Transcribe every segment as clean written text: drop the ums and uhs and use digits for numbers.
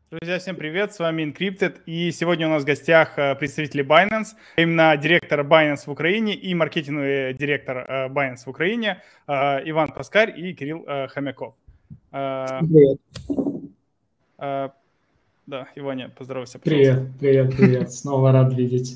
Друзья, всем привет, с вами Encrypted, и сегодня у нас в гостях представители Binance, именно директор Binance в Украине и маркетинговый директор Binance в Украине Иван Паскарь и Кирилл Хомяков. Привет. Да, Иваня, поздоровайся, пожалуйста. Привет. Снова рад видеть.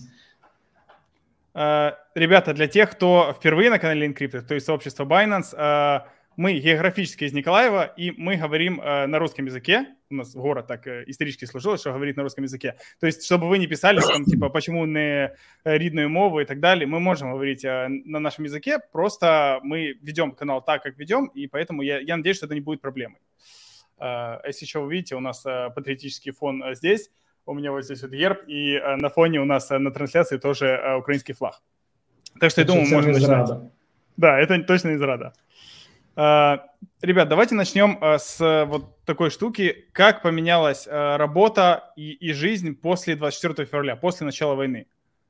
Ребята, для тех, кто впервые на канале Encrypted, то есть сообщество Binance, мы географически из Николаева, и мы говорим на русском языке. У нас город так исторически сложилось, что говорит на русском языке. То есть, чтобы вы не писали, что там, типа, почему не рідною мовою и так далее, мы можем говорить на нашем языке, просто мы ведем канал так, как ведем, и поэтому я надеюсь, что это не будет проблемой. Если что, вы видите, у нас патриотический фон здесь, у меня вот здесь вот герб, и на фоне у нас на трансляции тоже украинский флаг. Так что, я думаю, мы можем начинать. Да, это точно из Рада. Ребят, давайте начнем с вот такой штуки. Как поменялась работа и жизнь после 24 февраля, после начала войны?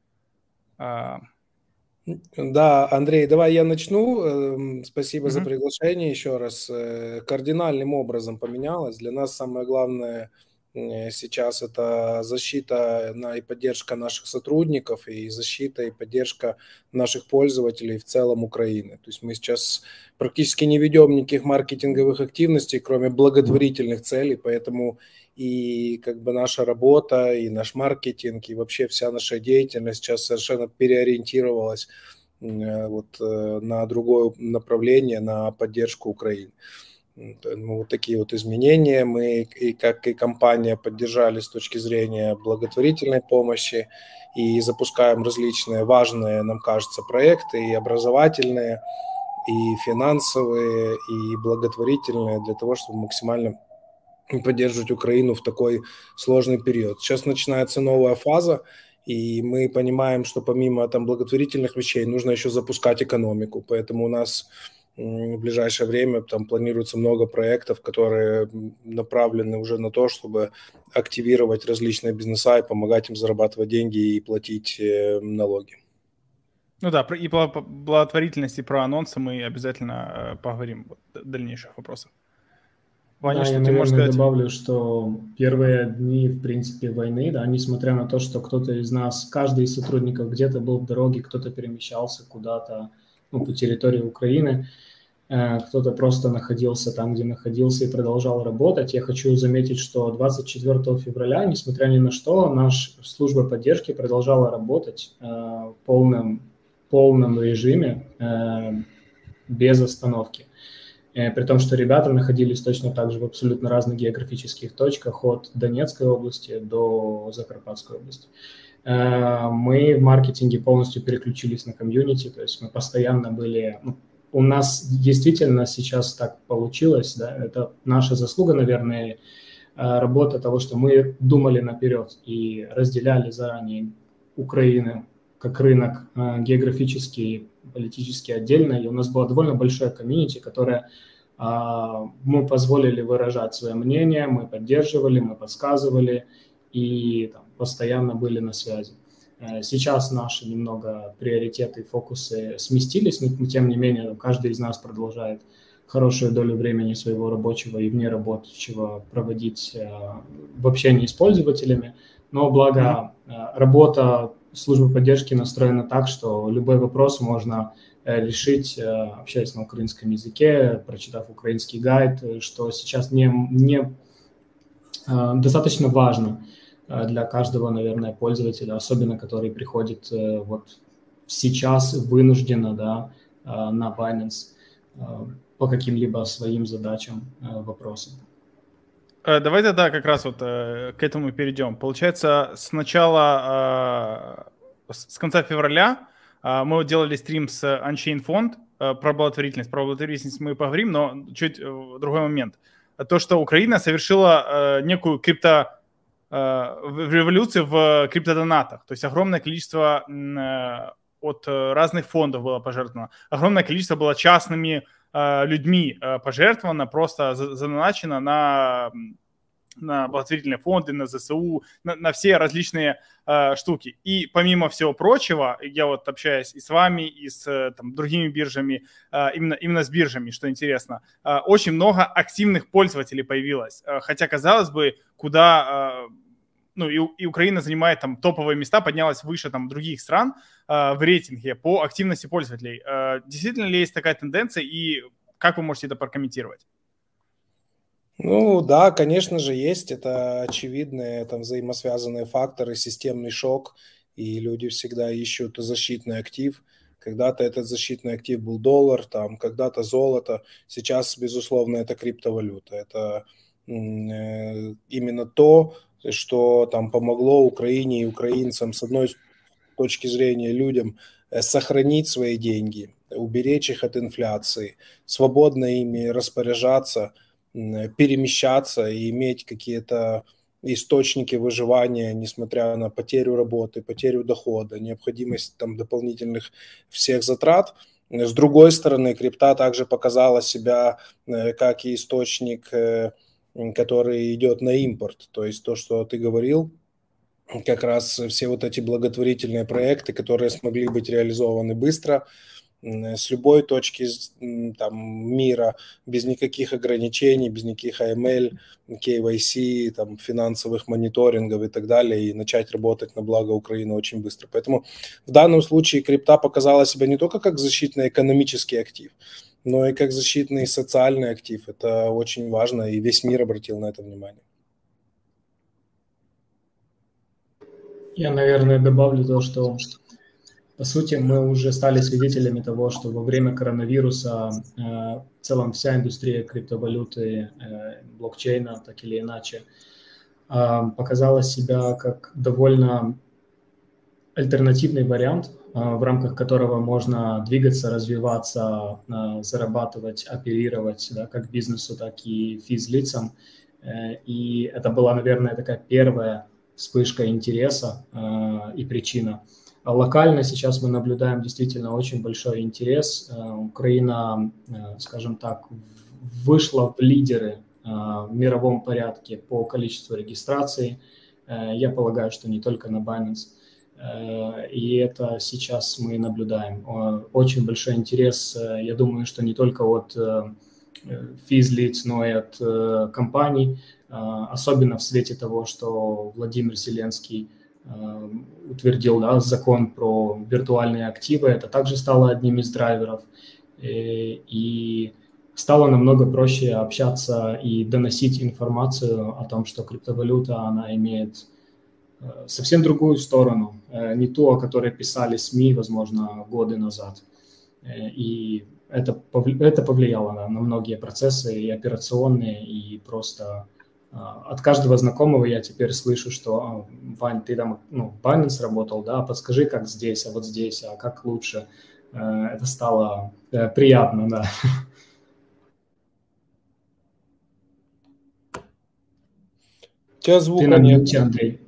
Да, Андрей, давай я начну. Спасибо за приглашение еще раз. Кардинальным образом поменялось. Для нас самое главное сейчас это защита и поддержка наших сотрудников, и защита и поддержка наших пользователей в целом Украины. То есть мы сейчас практически не ведем никаких маркетинговых активностей, кроме благотворительных целей, поэтому и как бы наша работа, и наш маркетинг, и вообще вся наша деятельность сейчас совершенно переориентировалась вот на другое направление, на поддержку Украины. Вот такие вот изменения мы и как и компания поддержали с точки зрения благотворительной помощи и запускаем различные важные, нам кажется, проекты и образовательные, и финансовые, и благотворительные для того, чтобы максимально поддерживать Украину в такой сложный период. Сейчас начинается новая фаза, и мы понимаем, что помимо там благотворительных вещей нужно еще запускать экономику, поэтому у нас в ближайшее время там планируется много проектов, которые направлены уже на то, чтобы активировать различные бизнеса и помогать им зарабатывать деньги и платить налоги. Ну да, и про благотворительность, и про анонсы мы обязательно поговорим в дальнейших вопросах. Ваня, да, я, наверное, добавлю, что первые дни, в принципе, войны, да, несмотря на то, что кто-то из нас, каждый из сотрудников где-то был в дороге, кто-то перемещался куда-то по территории Украины, кто-то просто находился там, где находился и продолжал работать. Я хочу заметить, что 24 февраля, несмотря ни на что, наша служба поддержки продолжала работать в полном режиме, без остановки. При том, что ребята находились точно так же в абсолютно разных географических точках, от Донецкой области до Закарпатской области. Мы в маркетинге полностью переключились на комьюнити, то есть мы постоянно были... У нас действительно сейчас так получилось, да, это наша заслуга, наверное, работа того, что мы думали наперед и разделяли заранее Украину как рынок географически, политически отдельно, и у нас было довольно большое комьюнити, которое мы позволили выражать свое мнение, мы поддерживали, мы подсказывали и там, постоянно были на связи. Сейчас наши немного приоритеты и фокусы сместились, но тем не менее каждый из нас продолжает хорошую долю времени своего рабочего и внерабочего проводить в общении с пользователями. Но благо работа службы поддержки настроена так, что любой вопрос можно решить, общаясь на украинском языке, прочитав украинский гайд, что сейчас не достаточно важно для каждого, наверное, пользователя, особенно который приходит вот сейчас вынужденно, да, на Binance по каким-либо своим задачам, вопросам. Давай тогда как раз вот к этому перейдем. Получается, с конца февраля мы делали стрим с Unchained Fund про благотворительность. Про благотворительность мы поговорим, но чуть другой момент. То, что Украина совершила некую революцию в криптодонатах. То есть огромное количество от разных фондов было пожертвовано. Огромное количество было частными людьми пожертвовано, просто задоначено на на благотворительные фонды, на ЗСУ, на все различные штуки. И помимо всего прочего, я вот общаюсь и с вами, и с там, другими биржами, именно с биржами, что интересно, очень много активных пользователей появилось. Хотя, казалось бы, куда... Ну, и Украина занимает там топовые места, поднялась выше там других стран в рейтинге по активности пользователей. Действительно ли есть такая тенденция, и как вы можете это прокомментировать? Ну да, конечно же, есть. Это очевидные там взаимосвязанные факторы, системный шок, и люди всегда ищут защитный актив. Когда-то этот защитный актив был доллар, там, когда-то золото. Сейчас, безусловно, это криптовалюта. Это именно то, что там помогло Украине и украинцам, с одной точки зрения, людям сохранить свои деньги, уберечь их от инфляции, свободно ими распоряжаться, перемещаться и иметь какие-то источники выживания, несмотря на потерю работы, потерю дохода, необходимость там дополнительных всех затрат. С другой стороны, крипта также показала себя как и источник, который идет на импорт. То есть то, что ты говорил, как раз все вот эти благотворительные проекты, которые смогли быть реализованы быстро, с любой точки там, мира, без никаких ограничений, без никаких AML, KYC, там, финансовых мониторингов и так далее, и начать работать на благо Украины очень быстро. Поэтому в данном случае крипта показала себя не только как защитный экономический актив, но и как защитный социальный актив. Это очень важно, и весь мир обратил на это внимание. Я, наверное, добавлю то, что, по сути, мы уже стали свидетелями того, что во время коронавируса в целом вся индустрия криптовалюты, блокчейна, так или иначе, показала себя как довольно альтернативный вариант, в рамках которого можно двигаться, развиваться, зарабатывать, оперировать, да, как бизнесу, так и физлицам. И это была, наверное, такая первая вспышка интереса и причина. Локально сейчас мы наблюдаем действительно очень большой интерес. Украина, скажем так, вышла в лидеры в мировом порядке по количеству регистраций. Я полагаю, что не только на Binance. И это сейчас мы наблюдаем. Очень большой интерес, я думаю, что не только от физлиц, но и от компаний, особенно в свете того, что Владимир Зеленский утвердил, да, закон про виртуальные активы. Это также стало одним из драйверов. И стало намного проще общаться и доносить информацию о том, что криптовалюта, она имеет совсем другую сторону, не ту, о которой писали СМИ, возможно, годы назад. И это повлияло на многие процессы, и операционные, и просто от каждого знакомого я теперь слышу, что Вань, ты там в Binance работал, да, подскажи, как здесь, а вот здесь, а как лучше. Это стало приятно, да. У тебя звука ты на мьюте, Андрей.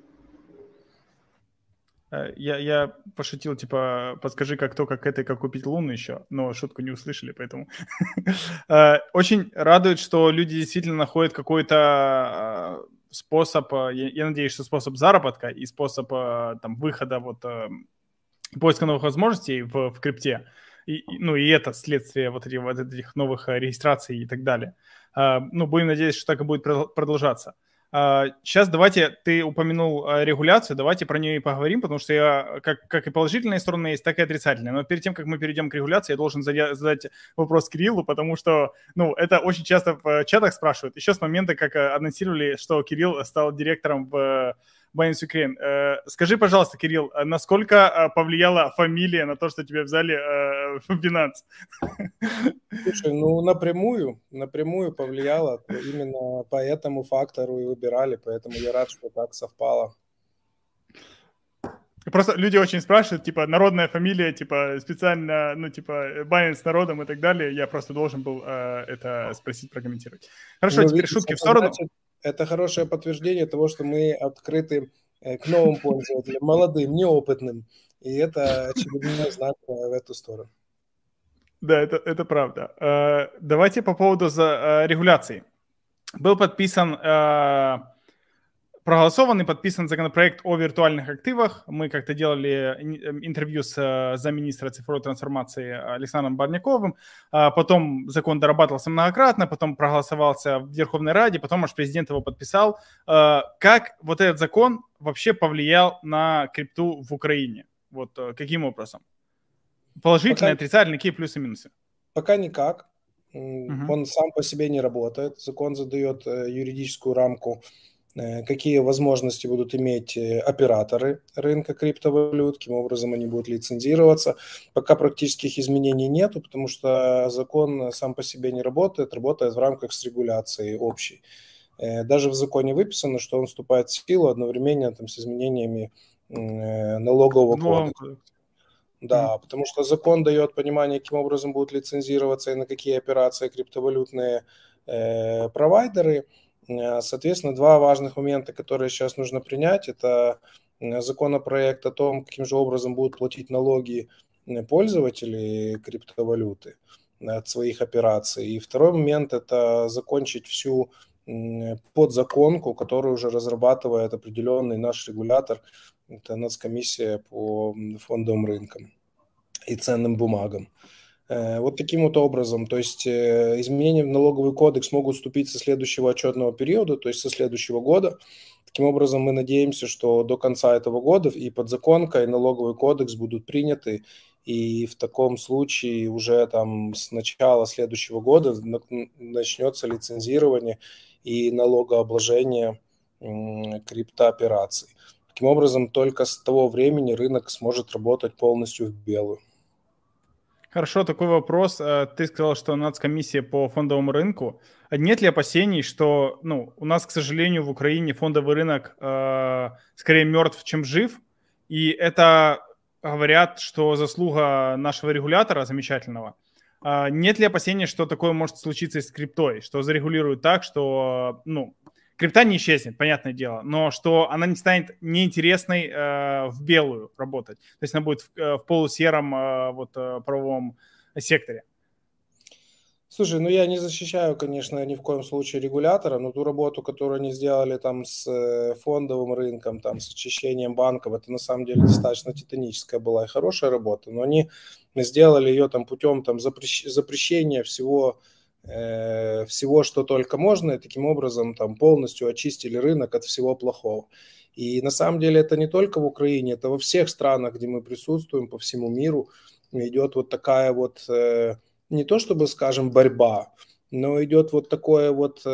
Я пошутил, типа, подскажи, как это и как купить Луну еще, но шутку не услышали, поэтому... Очень радует, что люди действительно находят какой-то способ, я надеюсь, что способ заработка и способ там выхода, вот, поиска новых возможностей в крипте. И это следствие вот этих новых регистраций и так далее. Будем надеяться, что так и будет продолжаться. Сейчас давайте, ты упомянул регуляцию, давайте про нее и поговорим, потому что я, как и положительные стороны есть, так и отрицательные. Но перед тем, как мы перейдем к регуляции, я должен задать вопрос Кириллу, потому что, это очень часто в чатах спрашивают. Еще с момента, как анонсировали, что Кирилл стал директором в Binance Ukraine. Скажи, пожалуйста, Кирилл, насколько повлияла фамилия на то, что тебя взяли в Binance? Слушай, напрямую повлияло. Именно по этому фактору и выбирали, поэтому я рад, что так совпало. Просто люди очень спрашивают, типа, народная фамилия, типа, специально, Binance с народом и так далее. Я просто должен был это спросить, прокомментировать. Хорошо, теперь шутки в сторону. Это хорошее подтверждение того, что мы открыты к новым пользователям, молодым, неопытным. И это очередной знак в эту сторону. Да, это правда. Давайте по поводу регуляции. был подписан, проголосован и подписан законопроект о виртуальных активах. Мы как-то делали интервью с замминистра цифровой трансформации Александром Барняковым. Потом закон дорабатывался многократно, потом проголосовался в Верховной Раде, потом аж президент его подписал. Как вот этот закон вообще повлиял на крипту в Украине? Вот каким образом? Положительные, отрицательные, какие плюсы и минусы? Пока никак. Он сам по себе не работает. Закон задает юридическую рамку, какие возможности будут иметь операторы рынка криптовалют, каким образом они будут лицензироваться. Пока практических изменений нету, потому что закон сам по себе не работает, работает в рамках с регуляцией общей. Даже в законе выписано, что он вступает в силу одновременно там, с изменениями налогового кодекса. Да, потому что закон дает понимание, каким образом будут лицензироваться и на какие операции криптовалютные провайдеры. Соответственно, два важных момента, которые сейчас нужно принять, это законопроект о том, каким же образом будут платить налоги пользователи криптовалюты от своих операций. И второй момент – это закончить всю подзаконку, которую уже разрабатывает определенный наш регулятор, это Нацкомиссия по фондовым рынкам и ценным бумагам. Вот таким вот образом, то есть изменения в налоговый кодекс могут вступить со следующего отчетного периода, то есть со следующего года. Таким образом, мы надеемся, что до конца этого года и подзаконка, и налоговый кодекс будут приняты, и в таком случае уже там с начала следующего года начнется лицензирование и налогообложение криптоопераций. Таким образом, только с того времени рынок сможет работать полностью в белую. Хорошо, такой вопрос. Ты сказал, что Нацкомиссия по фондовому рынку. Нет ли опасений, что у нас, к сожалению, в Украине фондовый рынок скорее мертв, чем жив? И это говорят, что заслуга нашего регулятора замечательного. Нет ли опасений, что такое может случиться и с криптой? Что зарегулируют так, что крипта не исчезнет, понятное дело, но что она не станет неинтересной в белую работать. То есть она будет в полусером правовом секторе. Слушай, я не защищаю, конечно, ни в коем случае регулятора, но ту работу, которую они сделали там с фондовым рынком, там с очищением банков, это на самом деле достаточно титаническая была и хорошая работа, но они сделали ее там путем там запрещения всего, что только можно, и таким образом там полностью очистили рынок от всего плохого. И на самом деле это не только в Украине, это во всех странах, где мы присутствуем по всему миру, идет вот такая вот, не то чтобы, скажем, борьба, но идет вот такой вот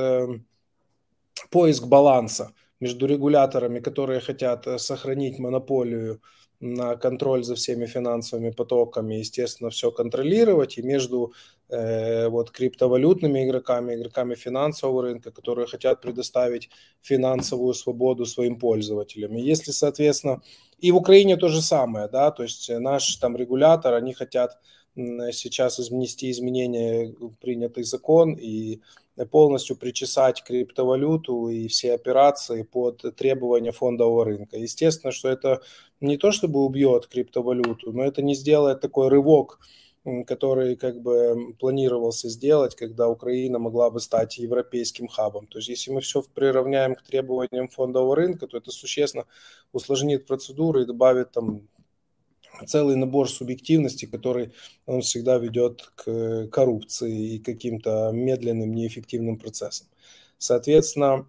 поиск баланса между регуляторами, которые хотят сохранить монополию на контроль за всеми финансовыми потоками, естественно, все контролировать, и между криптовалютными игроками финансового рынка, которые хотят предоставить финансовую свободу своим пользователям. И если, соответственно, и в Украине то же самое, да, то есть наш там регулятор, они хотят сейчас внести изменения в принятый закон и полностью причесать криптовалюту и все операции под требования фондового рынка. Естественно, что это не то чтобы убьет криптовалюту, но это не сделает такой рывок, который как бы планировался сделать, когда Украина могла бы стать европейским хабом. То есть если мы все приравняем к требованиям фондового рынка, то это существенно усложнит процедуры и добавит там целый набор субъективности, который он всегда ведет к коррупции и каким-то медленным, неэффективным процессам. Соответственно,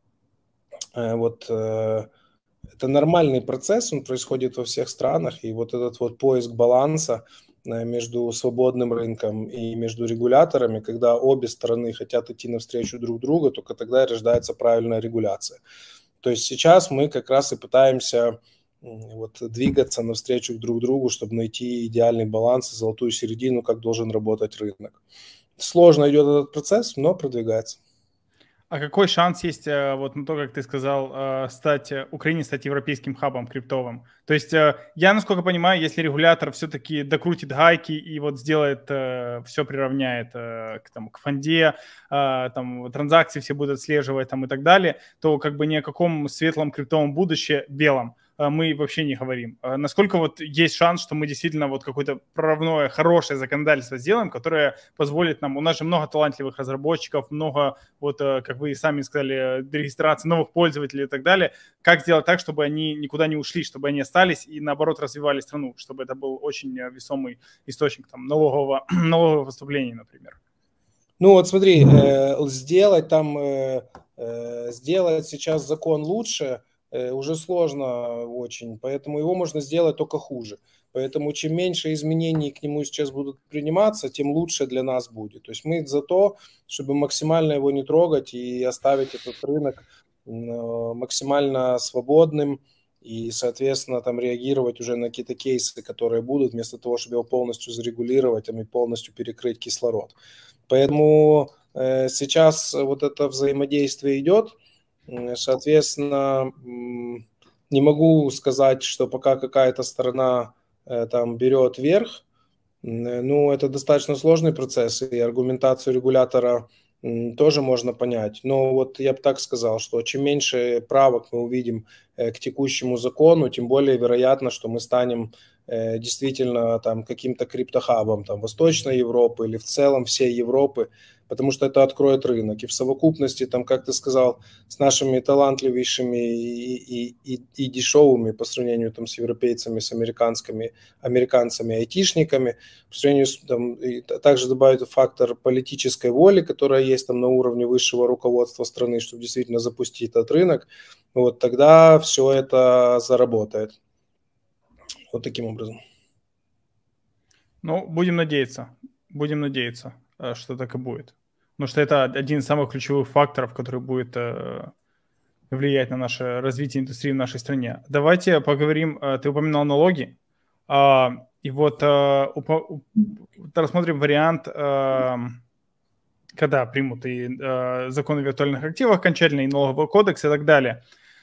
это нормальный процесс, он происходит во всех странах, и вот этот вот поиск баланса между свободным рынком и между регуляторами, когда обе стороны хотят идти навстречу друг другу, только тогда и рождается правильная регуляция. То есть сейчас мы как раз и пытаемся двигаться навстречу друг другу, чтобы найти идеальный баланс и золотую середину, как должен работать рынок. Сложно идет этот процесс, но продвигается. А какой шанс есть, на то, как ты сказал, Украине стать европейским хабом криптовым? То есть я, насколько понимаю, если регулятор все-таки докрутит гайки и сделает, все приравняет к фонде, транзакции все будут отслеживать и так далее, то как бы ни о каком светлом криптовом будущем белом мы вообще не говорим. Насколько вот есть шанс, что мы действительно вот какое-то прорывное, хорошее законодательство сделаем, которое позволит нам, у нас же много талантливых разработчиков, много, вот как вы сами сказали, регистрации новых пользователей и так далее. Как сделать так, чтобы они никуда не ушли, чтобы они остались и, наоборот, развивали страну, чтобы это был очень весомый источник там, налогового поступления, например. Ну вот смотри, сделать сейчас закон лучше уже сложно очень, поэтому его можно сделать только хуже. Поэтому чем меньше изменений к нему сейчас будут приниматься, тем лучше для нас будет. То есть мы за то, чтобы максимально его не трогать и оставить этот рынок максимально свободным и, соответственно, там реагировать уже на какие-то кейсы, которые будут, вместо того, чтобы его полностью зарегулировать и полностью перекрыть кислород. Поэтому сейчас вот это взаимодействие идет. Соответственно, не могу сказать, что пока какая-то сторона там берет верх. Ну, это достаточно сложный процесс, и аргументацию регулятора тоже можно понять. Но вот я бы так сказал, что чем меньше правок мы увидим к текущему закону, тем более вероятно, что мы станем действительно там каким-то криптохабом там Восточной Европы или в целом всей Европы, потому что это откроет рынок. И в совокупности, там, как ты сказал, с нашими талантливейшими и дешевыми по сравнению там, с европейцами, с американцами, айтишниками, по сравнению с, там, и также добавить фактор политической воли, которая есть там на уровне высшего руководства страны, чтобы действительно запустить этот рынок, вот тогда все это заработает. Вот таким образом. Ну, будем надеяться, что так и будет. Потому что это один из самых ключевых факторов, который будет влиять на наше развитие индустрии в нашей стране. Давайте поговорим, ты упоминал налоги, и вот рассмотрим вариант, когда примут и закон о виртуальных активах окончательно, и налоговый кодекс и так далее.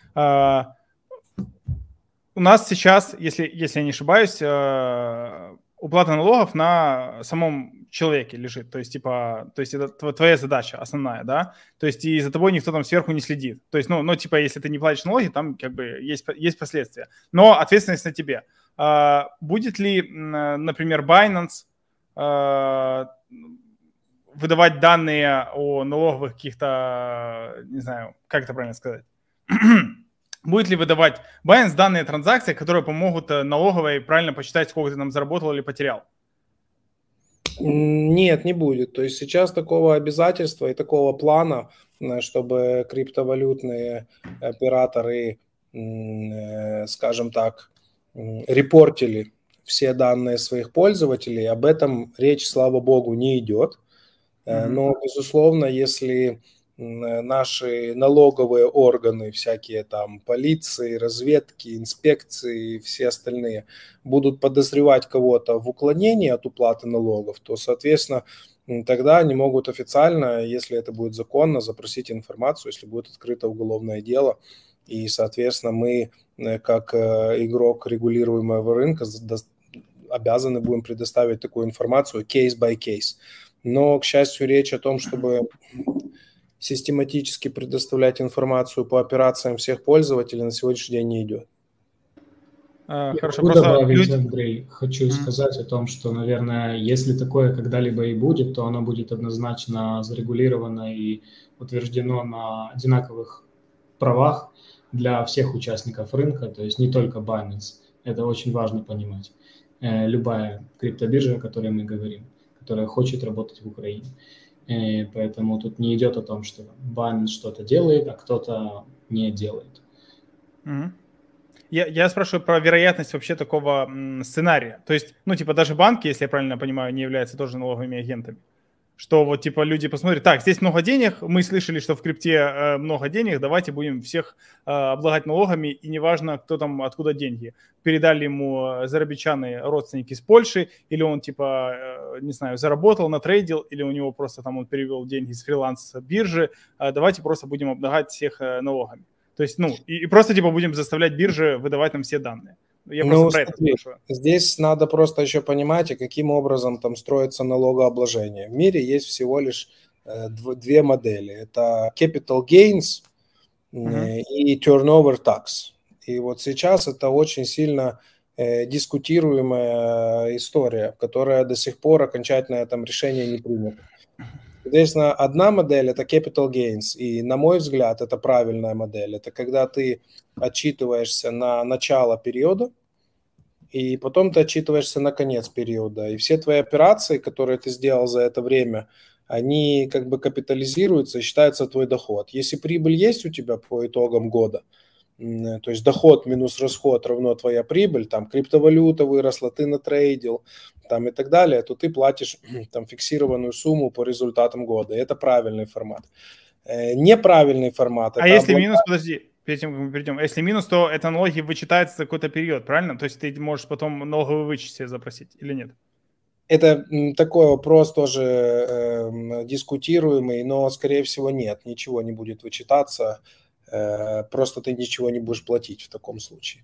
У нас сейчас, если я не ошибаюсь, уплата налогов на самом человеке лежит, то есть это твоя задача основная, да, то есть и за тобой никто там сверху не следит, то есть, если ты не платишь налоги, там как бы есть последствия, но ответственность на тебе. Будет ли, например, Binance выдавать данные о налоговых каких-то, не знаю, как это правильно сказать, будет ли выдавать Binance данные транзакции, которые помогут налоговой правильно посчитать, сколько ты там заработал или потерял? Нет, не будет. То есть сейчас такого обязательства и такого плана, чтобы криптовалютные операторы, скажем так, репортили все данные своих пользователей, об этом речь, слава богу, не идет. Но, безусловно, если наши налоговые органы, всякие там полиции, разведки, инспекции и все остальные будут подозревать кого-то в уклонении от уплаты налогов, то, соответственно, тогда они могут официально, если это будет законно, запросить информацию, если будет открыто уголовное дело. И, соответственно, мы, как игрок регулируемого рынка, обязаны будем предоставить такую информацию case by case. Но, к счастью, речь о том, чтобы систематически предоставлять информацию по операциям всех пользователей, на сегодняшний день не идет. Хорошо, просто добавить, Андрей, хочу сказать о том, что, наверное, если такое когда-либо и будет, то оно будет однозначно зарегулировано и утверждено на одинаковых правах для всех участников рынка, то есть не только Binance. Это очень важно понимать. Любая криптобиржа, о которой мы говорим, которая хочет работать в Украине. Поэтому тут не идет о том, что Binance что-то делает, а кто-то не делает. Я спрашиваю про вероятность вообще такого сценария. То есть, даже банки, если я правильно понимаю, не являются тоже налоговыми агентами. Что вот, люди посмотрят, так, здесь много денег, мы слышали, что в крипте много денег, давайте будем всех облагать налогами, и неважно, кто там, откуда деньги. Передали ему зарабичаны родственники из Польши, или он, не знаю, заработал, натрейдил, или у него просто там он перевел деньги с фриланс-биржи, давайте просто будем облагать всех налогами. То есть, и просто, будем заставлять биржи выдавать нам все данные. Смотри, здесь надо просто еще понимать, каким образом там строится налогообложение. В мире есть всего лишь две модели. Это capital gains и turnover tax. И вот сейчас это очень сильно дискутируемая история, которая до сих пор окончательное там решение не принято. Соответственно, одна модель – это capital gains, и, на мой взгляд, это правильная модель. Это когда ты отчитываешься на начало периода, и потом ты отчитываешься на конец периода. И все твои операции, которые ты сделал за это время, они как бы капитализируются и считаются твой доход. Если прибыль есть у тебя по итогам года, то есть доход минус расход равно твоя прибыль, там криптовалюта выросла, ты натрейдил, там и так далее, то ты платишь там фиксированную сумму по результатам года. И это правильный формат. Неправильный формат. А если минус, подожди, перед тем, как мы перейдем, если минус, то это налоги вычитаются за какой-то период, правильно? То есть ты можешь потом налоговый вычет себе запросить или нет? Это такой вопрос тоже дискутируемый, но, скорее всего, нет, ничего не будет вычитаться. Просто ты ничего не будешь платить в таком случае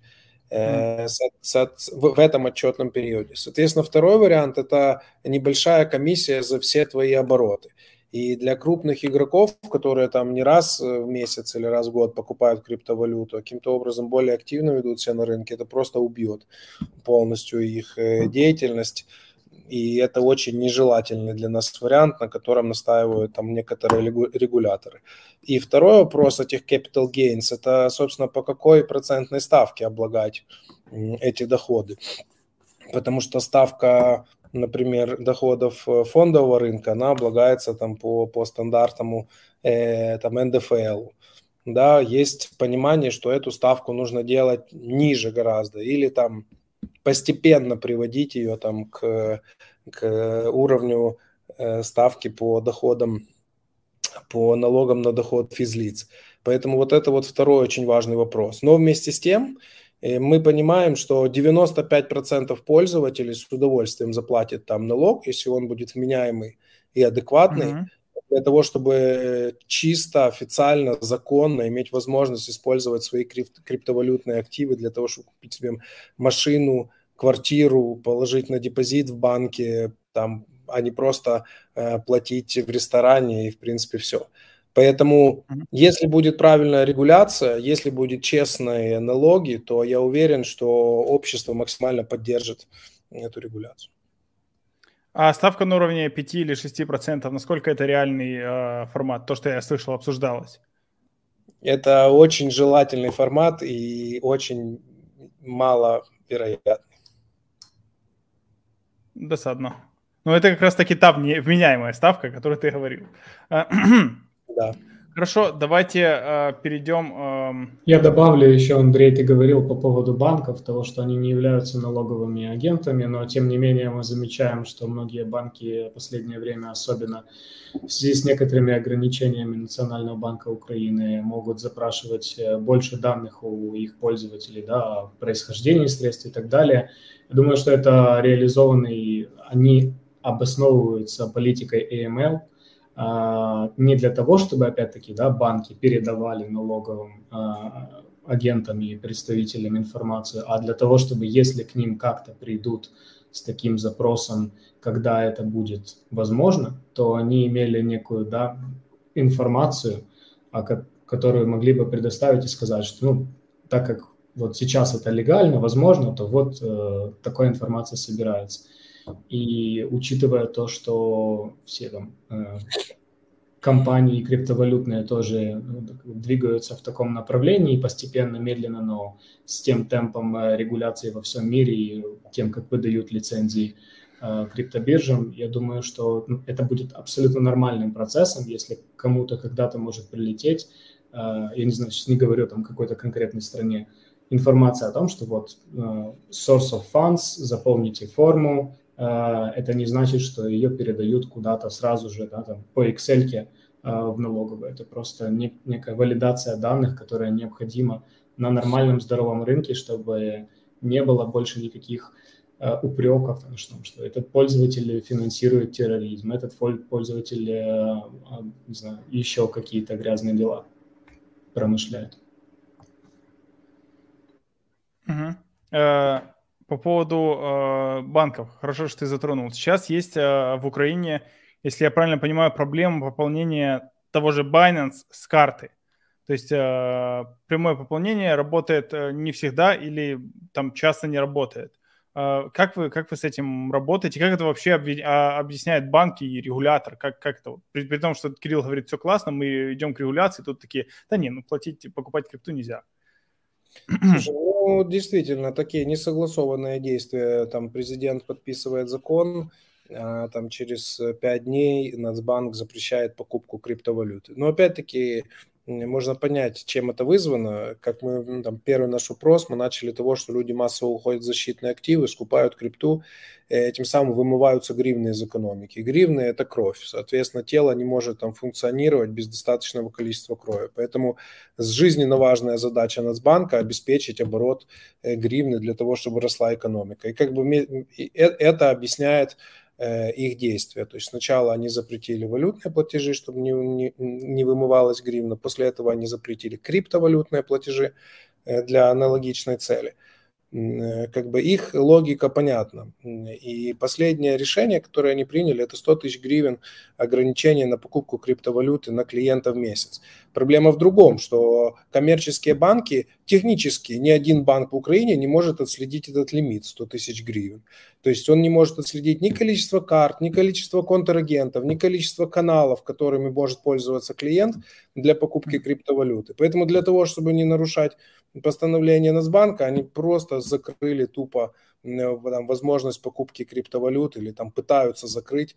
в этом отчетном периоде. Соответственно, второй вариант – это небольшая комиссия за все твои обороты. И для крупных игроков, которые там не раз в месяц или раз в год покупают криптовалюту, каким-то образом более активно ведут себя на рынке, это просто убьет полностью их деятельность. И это очень нежелательный для нас вариант, на котором настаивают там некоторые регуляторы. И второй вопрос этих capital gains – это, собственно, по какой процентной ставке облагать эти доходы. Потому что ставка, например, доходов фондового рынка, она облагается там по стандартам там НДФЛ. Да, есть понимание, что эту ставку нужно делать ниже гораздо или там постепенно приводить ее там к уровню ставки по доходам, по налогам на доход физлиц. Поэтому вот это вот второй очень важный вопрос. Но вместе с тем мы понимаем, что 95% пользователей с удовольствием заплатят там налог, если он будет вменяемый и адекватный, для того, чтобы чисто, официально, законно иметь возможность использовать свои криптовалютные активы для того, чтобы купить себе машину, квартиру, положить на депозит в банке, там, а не просто платить в ресторане и, в принципе, все. Поэтому, если будет правильная регуляция, если будут честные налоги, то я уверен, что общество максимально поддержит эту регуляцию. А ставка на уровне 5 или 6%, насколько это реальный формат? То, что я слышал, обсуждалось. Это очень желательный формат и очень маловероятный. Досадно. Но это как раз-таки та вменяемая ставка, о которой ты говорил. Да. Хорошо, давайте перейдем... Я добавлю еще, Андрей, ты говорил по поводу банков, того, что они не являются налоговыми агентами, но тем не менее мы замечаем, что многие банки в последнее время, особенно в связи с некоторыми ограничениями Национального банка Украины, могут запрашивать больше данных у их пользователей, да, о происхождении средств и так далее. Я думаю, что это реализованные, они обосновываются политикой AML, не для того, чтобы, опять-таки, да, банки передавали налоговым агентам и представителям информацию, а для того, чтобы, если к ним как-то придут с таким запросом, когда это будет возможно, то они имели некую, да, информацию, которую могли бы предоставить и сказать, что, ну, так как вот сейчас это легально, возможно, то вот такая информация собирается. И учитывая то, что все там компании криптовалютные тоже двигаются в таком направлении постепенно, медленно, но с тем темпом регуляции во всем мире и тем, как выдают лицензии криптобиржам, я думаю, что это будет абсолютно нормальным процессом, если кому-то когда-то может прилететь, я не знаю, сейчас не говорю там какой-то конкретной стране, информация о том, что вот source of funds, заполните форму, это не значит, что ее передают куда-то сразу же, да, там, по Excel-ке в налоговую. Это просто некая валидация данных, которая необходима на нормальном здоровом рынке, чтобы не было больше никаких упреков, что этот пользователь финансирует терроризм, этот пользователь, не знаю, еще какие-то грязные дела промышляет. По поводу банков, хорошо, что ты затронул. Сейчас есть в Украине, если я правильно понимаю, проблема пополнения того же Binance с карты. То есть прямое пополнение работает не всегда или там часто не работает. Как вы с этим работаете? Как это вообще объясняет банки и регулятор? Как это? При том, что Кирилл говорит, все классно, мы идем к регуляции, тут такие, да не, ну платить, покупать крипту нельзя. Слушай, ну действительно, такие несогласованные действия. Там президент подписывает закон, там через 5 дней Нацбанк запрещает покупку криптовалюты. Но опять-таки можно понять, чем это вызвано. Как мы, там, первый наш вопрос, мы начали с того, что люди массово уходят в защитные активы, скупают крипту, тем самым вымываются гривны из экономики. Гривны – это кровь. Соответственно, тело не может там функционировать без достаточного количества крови. Поэтому жизненно важная задача Нацбанка – обеспечить оборот гривны для того, чтобы росла экономика. И как бы это объясняет их действия. То есть сначала они запретили валютные платежи, чтобы не вымывалась гривна. После этого они запретили криптовалютные платежи для аналогичной цели. Как бы их логика понятна. И последнее решение, которое они приняли, это 100 тысяч гривен ограничения на покупку криптовалюты на клиента в месяц. Проблема в другом, что коммерческие банки, технически ни один банк в Украине не может отследить этот лимит 100 тысяч гривен. То есть он не может отследить ни количество карт, ни количество контрагентов, ни количество каналов, которыми может пользоваться клиент для покупки криптовалюты. Поэтому для того, чтобы не нарушать постановление Нацбанка, они просто закрыли тупо там, возможность покупки криптовалют или там пытаются закрыть,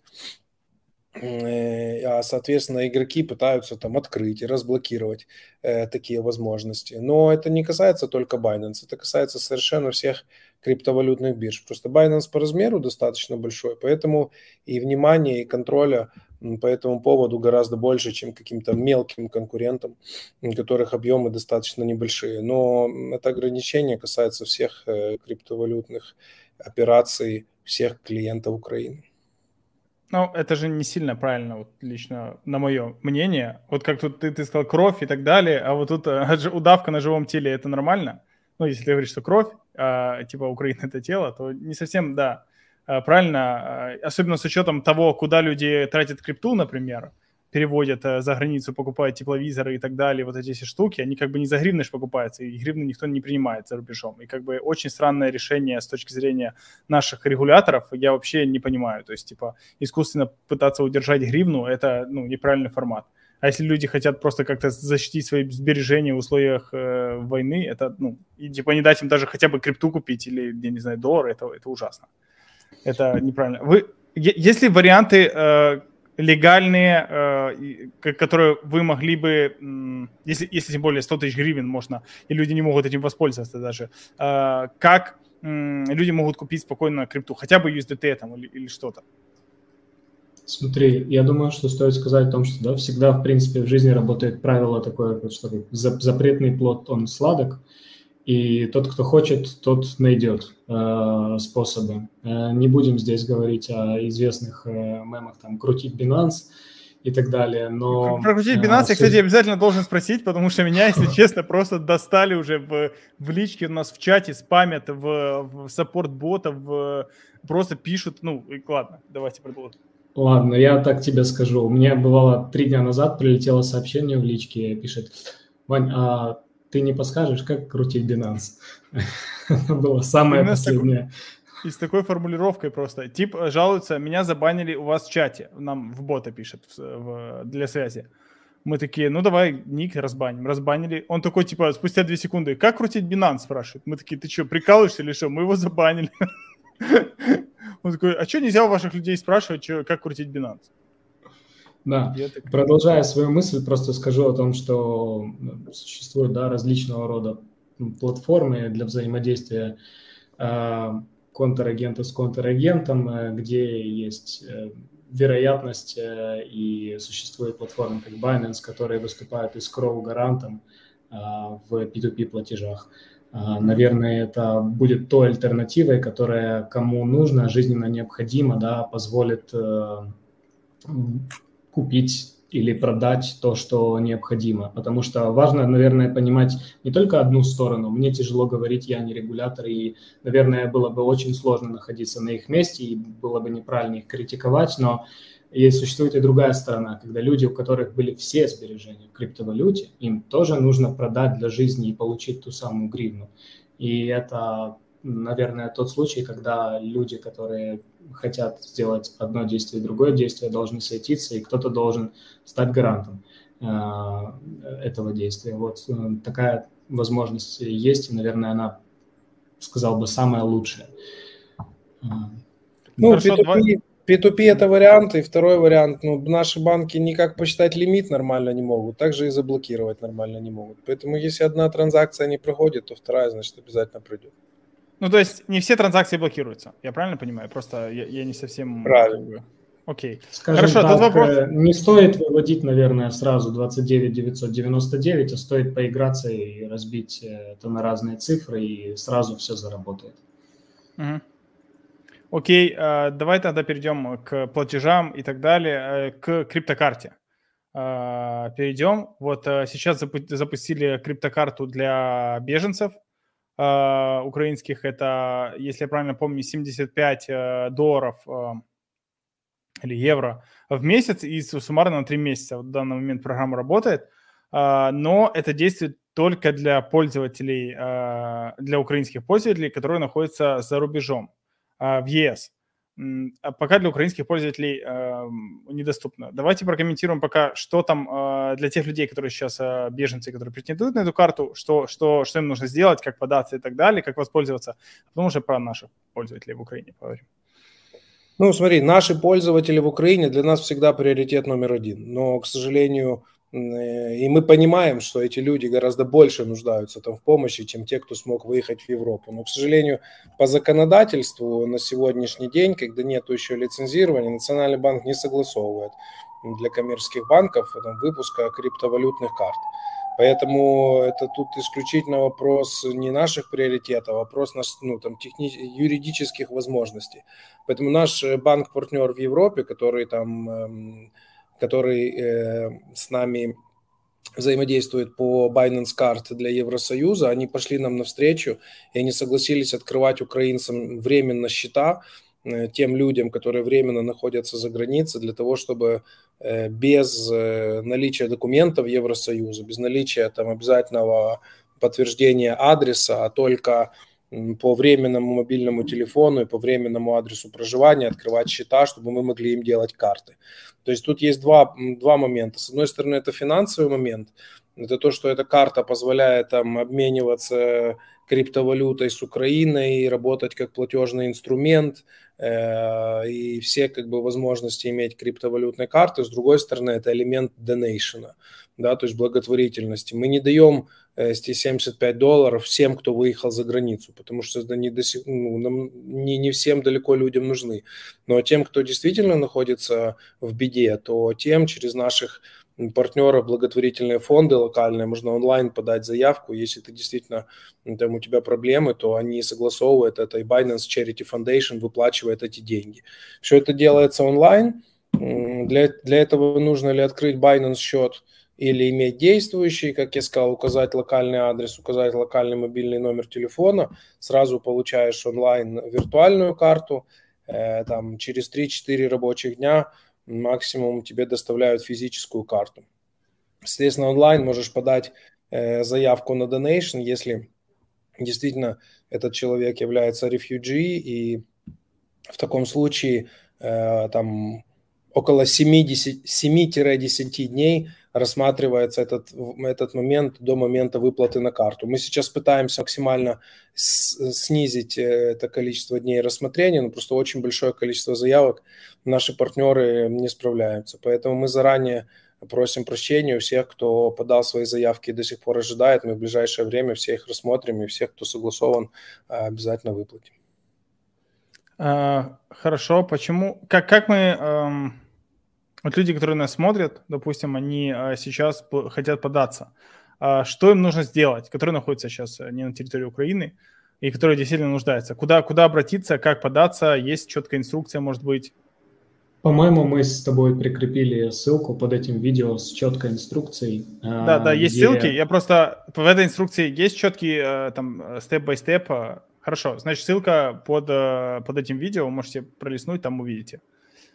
а, соответственно, игроки пытаются там открыть и разблокировать такие возможности. Но это не касается только Binance, это касается совершенно всех криптовалютных бирж. Просто Binance по размеру достаточно большой, поэтому и внимания, и контроля по этому поводу гораздо больше, чем каким-то мелким конкурентам, у которых объемы достаточно небольшие. Но это ограничение касается всех криптовалютных операций, всех клиентов Украины. Ну, это же не сильно правильно, вот лично на мое мнение. Вот как тут ты сказал кровь и так далее, а вот тут удавка на живом теле, это нормально? Ну, если ты говоришь, что кровь, типа Украина это тело, то не совсем, да, правильно. Особенно с учетом того, куда люди тратят крипту, например, переводят за границу, покупают тепловизоры и так далее, вот эти все штуки, они как бы не за гривны ж покупаются, и гривны никто не принимает за рубежом. И как бы очень странное решение с точки зрения наших регуляторов, я вообще не понимаю. То есть, типа, искусственно пытаться удержать гривну – это, ну, неправильный формат. А если люди хотят просто как-то защитить свои сбережения в условиях войны, это, ну, и типа не дать им даже хотя бы крипту купить или, я не знаю, доллар, это ужасно. Это неправильно. Есть ли варианты легальные, которые вы могли бы, если тем более 100 тысяч гривен можно, и люди не могут этим воспользоваться даже, как люди могут купить спокойно крипту, хотя бы USDT там или что-то? Смотри, я думаю, что стоит сказать о том, что да, всегда, в принципе, в жизни работает правило такое, что запретный плод, он сладок, и тот, кто хочет, тот найдет способы. Не будем здесь говорить о известных мемах, там, крутить Binance и так далее, но... Про крутить Binance я, кстати, обязательно должен спросить, потому что меня, если честно, просто достали уже в личке у нас в чате, спамят в саппорт-ботов, просто пишут, ну, ладно, давайте продолжим. Ладно, я так тебе скажу. У меня бывало 3 дня назад прилетело сообщение в личке, пишет: Вань, а ты не подскажешь, как крутить Binance? Это было самое последнее. И с такой формулировкой просто. Тип жалуется, меня забанили у вас в чате. Нам в бота пишет для связи. Мы такие, ну давай ник разбаним. Разбанили. Он такой, типа, спустя 2 секунды, как крутить Binance, спрашивает. Мы такие, ты что, прикалываешься или что? Мы его забанили. Он такой, а что нельзя у ваших людей спрашивать, как крутить Binance? Да, продолжая свою мысль, просто скажу о том, что существуют, да, различного рода платформы для взаимодействия контрагента с контрагентом, где есть вероятность и существуют платформы как Binance, которые выступают escrow-гарантом в P2P платежах. Наверное, это будет той альтернативой, которая кому нужно, жизненно необходимо, да, позволит купить или продать то, что необходимо. Потому что важно, наверное, понимать не только одну сторону. Мне тяжело говорить, я не регулятор, и, наверное, было бы очень сложно находиться на их месте, и было бы неправильно их критиковать, но И существует и другая сторона, когда люди, у которых были все сбережения в криптовалюте, им тоже нужно продать для жизни и получить ту самую гривну. И это, наверное, тот случай, когда люди, которые хотят сделать одно действие и другое действие, должны сойтиться, и кто-то должен стать гарантом этого действия. Вот такая возможность есть, и, наверное, она, сказал бы, самая лучшая. Ну, P2P это вариант, и второй вариант, наши банки никак посчитать лимит нормально не могут, также и заблокировать нормально не могут. Поэтому если одна транзакция не проходит, то вторая, значит, обязательно пройдет. Ну, то есть не все транзакции блокируются, я правильно понимаю? Просто я не совсем... Правильно. Окей. Скажем Хорошо, так, вопрос... не стоит выводить, наверное, сразу 29 999, а стоит поиграться и разбить это на разные цифры, и сразу все заработает. Угу. Окей, давай тогда перейдем к платежам и так далее, к криптокарте. Перейдем. Вот сейчас запустили криптокарту для беженцев украинских. Это, если я правильно помню, $75 или евро в месяц, и суммарно на 3 месяца. В данный момент программа работает, но это действует только для пользователей, для украинских пользователей, которые находятся за рубежом в ЕС. А пока для украинских пользователей недоступно. Давайте прокомментируем пока, что там для тех людей, которые сейчас беженцы, которые претендуют на эту карту, что им нужно сделать, как податься и так далее, как воспользоваться. Потом уже про наших пользователей в Украине поговорим. Ну, смотри, наши пользователи в Украине для нас всегда приоритет номер один. Но, к сожалению, и мы понимаем, что эти люди гораздо больше нуждаются там в помощи, чем те, кто смог выехать в Европу. Но, к сожалению, по законодательству на сегодняшний день, когда нет еще лицензирования, Национальный банк не согласовывает для коммерческих банков выпуска криптовалютных карт. Поэтому это тут исключительно вопрос не наших приоритетов, а вопрос юридических возможностей. Поэтому наш банк-партнер в Европе, который с нами взаимодействует по Binance Card для Евросоюза, они пошли нам навстречу, и они согласились открывать украинцам временно счета, тем людям, которые временно находятся за границей, для того, чтобы без наличия документов Евросоюза, без наличия обязательного подтверждения адреса, а только по временному мобильному телефону и по временному адресу проживания открывать счета, чтобы мы могли им делать карты. То есть тут есть два момента. С одной стороны, это финансовый момент. Это то, что эта карта позволяет обмениваться криптовалютой с Украиной, работать как платежный инструмент и все возможности иметь криптовалютные карты. С другой стороны, это элемент донейшена, да, то есть благотворительности. Мы не даем эти $75 всем, кто выехал за границу, потому что это не всем далеко людям нужны. Но тем, кто действительно находится в беде, то тем через наших партнеров благотворительные фонды локальные можно онлайн подать заявку. Если ты действительно, у тебя проблемы, то они согласовывают это, и Binance Charity Foundation выплачивает эти деньги. Все это делается онлайн. Для этого нужно ли открыть Binance счет или иметь действующий, как я сказал, указать локальный адрес, указать локальный мобильный номер телефона, сразу получаешь онлайн виртуальную карту, через 3-4 рабочих дня максимум тебе доставляют физическую карту. Соответственно, онлайн можешь подать заявку на донейшн, если действительно этот человек является refugee, и в таком случае около 7-10 дней рассматривается этот момент до момента выплаты на карту. Мы сейчас пытаемся максимально снизить это количество дней рассмотрения, но просто очень большое количество заявок наши партнеры не справляются. Поэтому мы заранее просим прощения у всех, кто подал свои заявки и до сих пор ожидает. Мы в ближайшее время все их рассмотрим, и всех, кто согласован, обязательно выплатим. Хорошо. Почему? Как мы... Вот люди, которые нас смотрят, допустим, они сейчас хотят податься. Что им нужно сделать, которые находятся сейчас не на территории Украины и которые действительно нуждаются? Куда обратиться, как податься? Есть четкая инструкция, может быть? По-моему, мы с тобой прикрепили ссылку под этим видео с четкой инструкцией. Да, есть ссылки. Я просто... В этой инструкции есть четкий степ-бай-степ. Хорошо, значит, ссылка под этим видео. Можете пролистнуть, там увидите.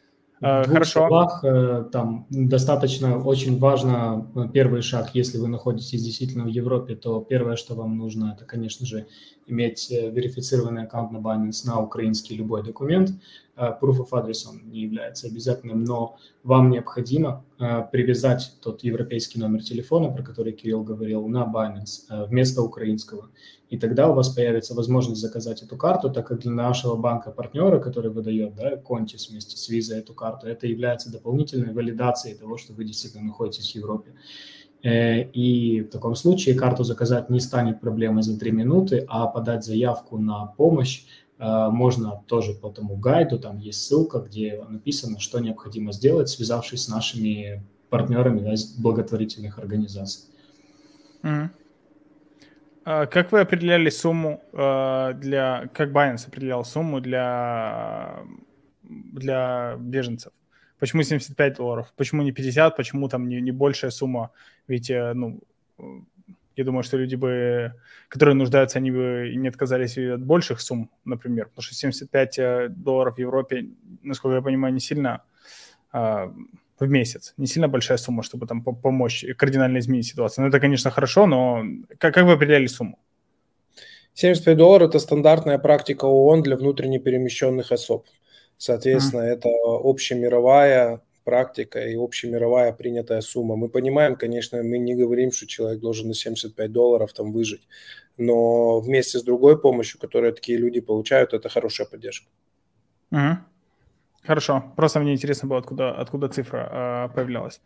В двух словах, там достаточно очень важно, первый шаг, если вы находитесь действительно в Европе, то первое, что вам нужно, это, конечно же, иметь верифицированный аккаунт на Binance на украинский любой документ. Proof of address он не является обязательным, но вам необходимо привязать тот европейский номер телефона, про который Кирилл говорил, на Binance вместо украинского. И тогда у вас появится возможность заказать эту карту, так как для нашего банка-партнера, который выдает, да, Contis вместе с Visa эту карту, это является дополнительной валидацией того, что вы действительно находитесь в Европе. И в таком случае карту заказать не станет проблемой за 3 минуты, а подать заявку на помощь можно тоже по тому гайду, там есть ссылка, где написано, что необходимо сделать, связавшись с нашими партнерами, да, из благотворительных организаций. Mm-hmm. Как вы определяли сумму как Binance определял сумму для беженцев? Почему $75? Почему не 50? Почему там не большая сумма? Ведь, ну, я думаю, что люди которые нуждаются, они бы не отказались от больших сумм, например, потому что $75 в Европе, насколько я понимаю, не сильно в месяц. Не сильно большая сумма, чтобы там помочь кардинально изменить ситуацию. Ну, это, конечно, хорошо, но как вы определяли сумму? $75 – это стандартная практика ООН для внутренне перемещенных особ. Соответственно, это общемировая практика и общемировая принятая сумма. Мы понимаем, конечно, мы не говорим, что человек должен на $75 там выжить, но вместе с другой помощью, которую такие люди получают, это хорошая поддержка. Хорошо. Просто мне интересно было, откуда цифра появлялась.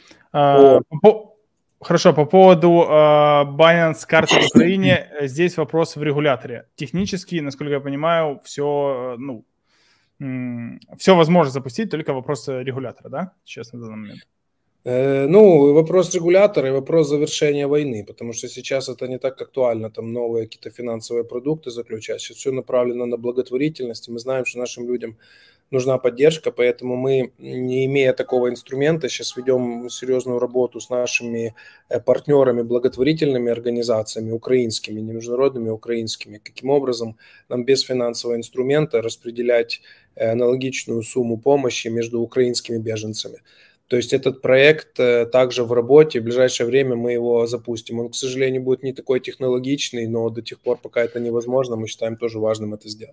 Хорошо, по поводу Binance карты в Украине, здесь вопрос в регуляторе. Технически, насколько я понимаю, все возможно запустить, только вопрос регулятора, да, сейчас на данный момент? Ну, вопрос регулятора и вопрос завершения войны, потому что сейчас это не так актуально, там новые какие-то финансовые продукты заключать, сейчас все направлено на благотворительность, и мы знаем, что нашим людям нужна поддержка, поэтому мы, не имея такого инструмента, сейчас ведем серьезную работу с нашими партнерами, благотворительными организациями, украинскими, не международными, а украинскими, каким образом нам без финансового инструмента распределять аналогичную сумму помощи между украинскими беженцами. То есть этот проект также в работе, в ближайшее время мы его запустим. Он, к сожалению, будет не такой технологичный, но до тех пор, пока это невозможно, мы считаем тоже важным это сделать.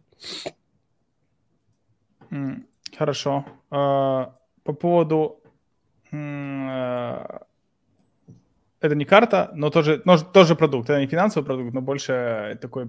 Хорошо. По поводу... Это не карта, но тоже продукт. Это не финансовый продукт, но больше такой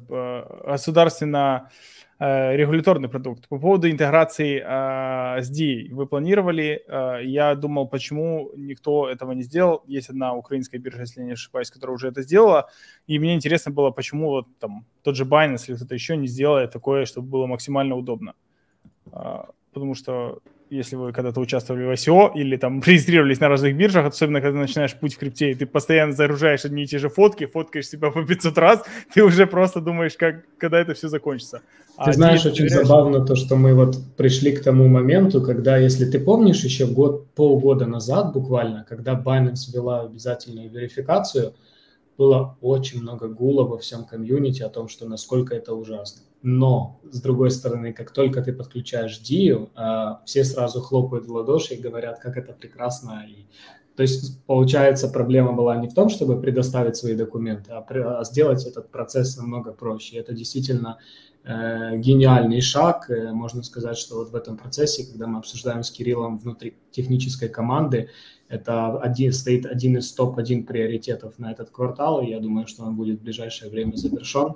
государственно-регуляторный продукт. По поводу интеграции с DIA вы планировали? Я думал, почему никто этого не сделал. Есть одна украинская биржа, если не ошибаюсь, которая уже это сделала. И мне интересно было, почему вот там тот же Binance или кто-то еще не сделает такое, чтобы было максимально удобно. Потому что если вы когда-то участвовали в ICO или там регистрировались на разных биржах, особенно когда начинаешь путь в крипте, и ты постоянно загружаешь одни и те же фотки, фоткаешь себя по 500 раз, ты уже просто думаешь, когда это все закончится. Ты знаешь, очень забавно то, что мы вот пришли к тому моменту, когда, если ты помнишь, еще полгода назад буквально, когда Binance ввела обязательную верификацию, было очень много гула во всем комьюнити о том, что насколько это ужасно. Но, с другой стороны, как только ты подключаешь DIA, все сразу хлопают в ладоши и говорят, как это прекрасно. То есть, получается, проблема была не в том, чтобы предоставить свои документы, а сделать этот процесс намного проще. И это действительно гениальный шаг. Можно сказать, что вот в этом процессе, когда мы обсуждаем с Кириллом внутри технической команды, это стоит один из топ-1 приоритетов на этот квартал, и я думаю, что он будет в ближайшее время завершен,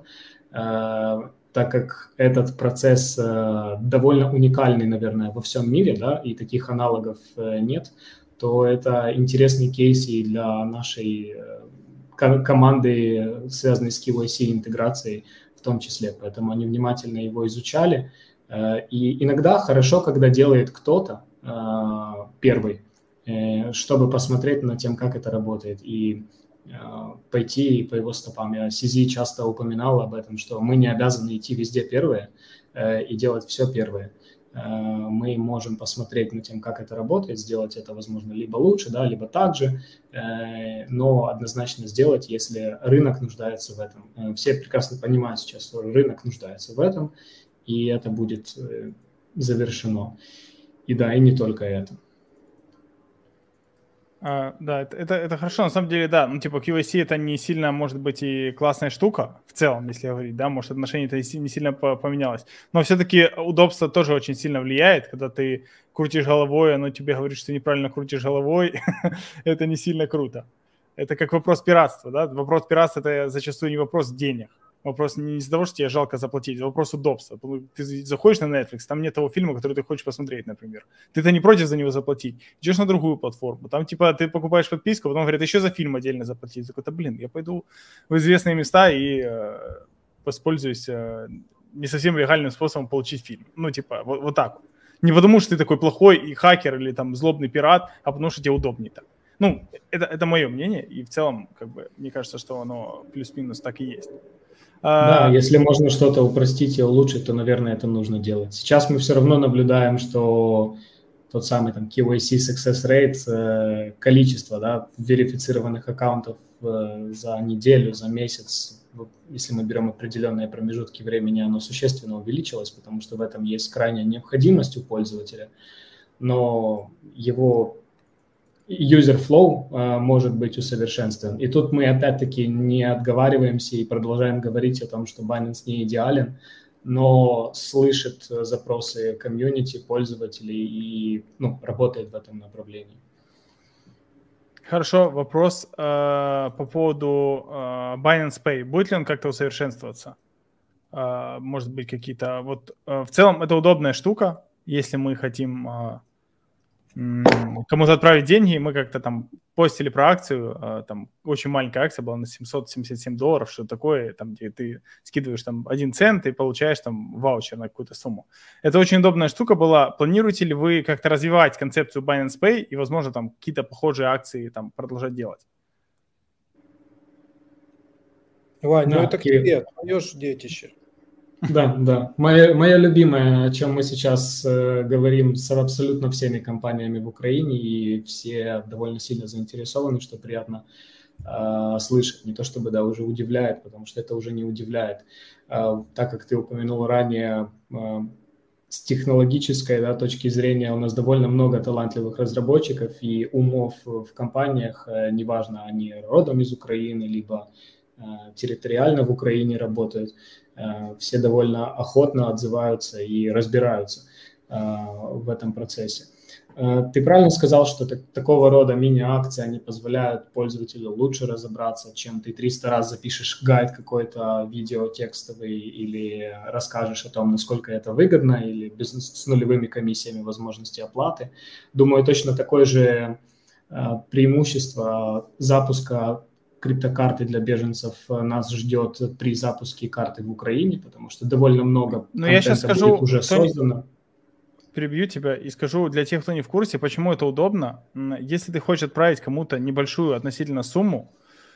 так как этот процесс довольно уникальный, наверное, во всем мире, да, и таких аналогов нет, то это интересный кейс и для нашей команды, связанной с KYC интеграцией в том числе, поэтому они внимательно его изучали. И иногда хорошо, когда делает кто-то первый, чтобы посмотреть над тем, как это работает, и пойти по его стопам. Я CZ часто упоминал об этом, что мы не обязаны идти везде первые и делать все первые. Мы можем посмотреть над тем, как это работает, сделать это, возможно, либо лучше, да, либо так же, но однозначно сделать, если рынок нуждается в этом. Все прекрасно понимают сейчас, что рынок нуждается в этом, и это будет завершено. И да, и не только это. Да, это хорошо, на самом деле, да, ну, типа, QAC это не сильно, может быть, и классная штука, в целом, если говорить, да, может, отношение-то не сильно поменялось, но все-таки удобство тоже очень сильно влияет, когда ты крутишь головой, оно тебе говорит, что ты неправильно крутишь головой, это не сильно круто. Это как вопрос пиратства, да, вопрос пиратства это зачастую не вопрос денег. Вопрос не из-за того, что тебе жалко заплатить, а вопрос удобства. Ты заходишь на Netflix, там нет того фильма, который ты хочешь посмотреть, например. Ты-то не против за него заплатить. Идешь на другую платформу. Там типа ты покупаешь подписку, потом говорят, еще за фильм отдельно заплатить. Такой-то, блин, я пойду в известные места и воспользуюсь не совсем легальным способом получить фильм. Ну типа вот так. Не потому, что ты такой плохой и хакер или там злобный пират, а потому, что тебе удобнее так. Ну, это мое мнение, и в целом, как бы, мне кажется, что оно плюс-минус так и есть. Да, если можно что-то упростить и улучшить, то, наверное, это нужно делать. Сейчас мы все равно наблюдаем, что тот самый там KYC success rate, количество, да, верифицированных аккаунтов за неделю, за месяц, если мы берем определенные промежутки времени, оно существенно увеличилось, потому что в этом есть крайняя необходимость у пользователя, но его user flow может быть усовершенствован. И тут мы опять-таки не отговариваемся и продолжаем говорить о том, что Binance не идеален, но слышит запросы комьюнити, пользователей и работает в этом направлении. Хорошо, вопрос по поводу Binance Pay. Будет ли он как-то усовершенствоваться? Может быть, какие-то... Вот в целом это удобная штука, если мы хотим... кому-то отправить деньги, мы как-то там постили про акцию, там очень маленькая акция была на $777, что такое, там, где ты скидываешь там 1 цент и получаешь там ваучер на какую-то сумму. Это очень удобная штука была. Планируете ли вы как-то развивать концепцию Binance Pay и, возможно, там какие-то похожие акции там продолжать делать? Вань, ну это к тебе, твое же детище. Да. Моя любимая, о чем мы сейчас говорим с абсолютно всеми компаниями в Украине, и все довольно сильно заинтересованы, что приятно слышать. Не то чтобы, да, уже удивляет, потому что это уже не удивляет. Так как ты упомянул ранее, с технологической, да, точки зрения у нас довольно много талантливых разработчиков и умов в компаниях, неважно, они родом из Украины, либо территориально в Украине работают. Все довольно охотно отзываются и разбираются в этом процессе. Ты правильно сказал, что такого рода мини-акции, они позволяют пользователю лучше разобраться, чем ты 300 раз запишешь гайд какой-то видеотекстовый или расскажешь о том, насколько это выгодно, или с нулевыми комиссиями возможности оплаты. Думаю, точно такое же преимущество запуска криптокарты для беженцев нас ждет при запуске карты в Украине, потому что довольно много контента будет уже создано. Перебью тебя и скажу для тех, кто не в курсе, почему это удобно. Если ты хочешь отправить кому-то небольшую относительно сумму,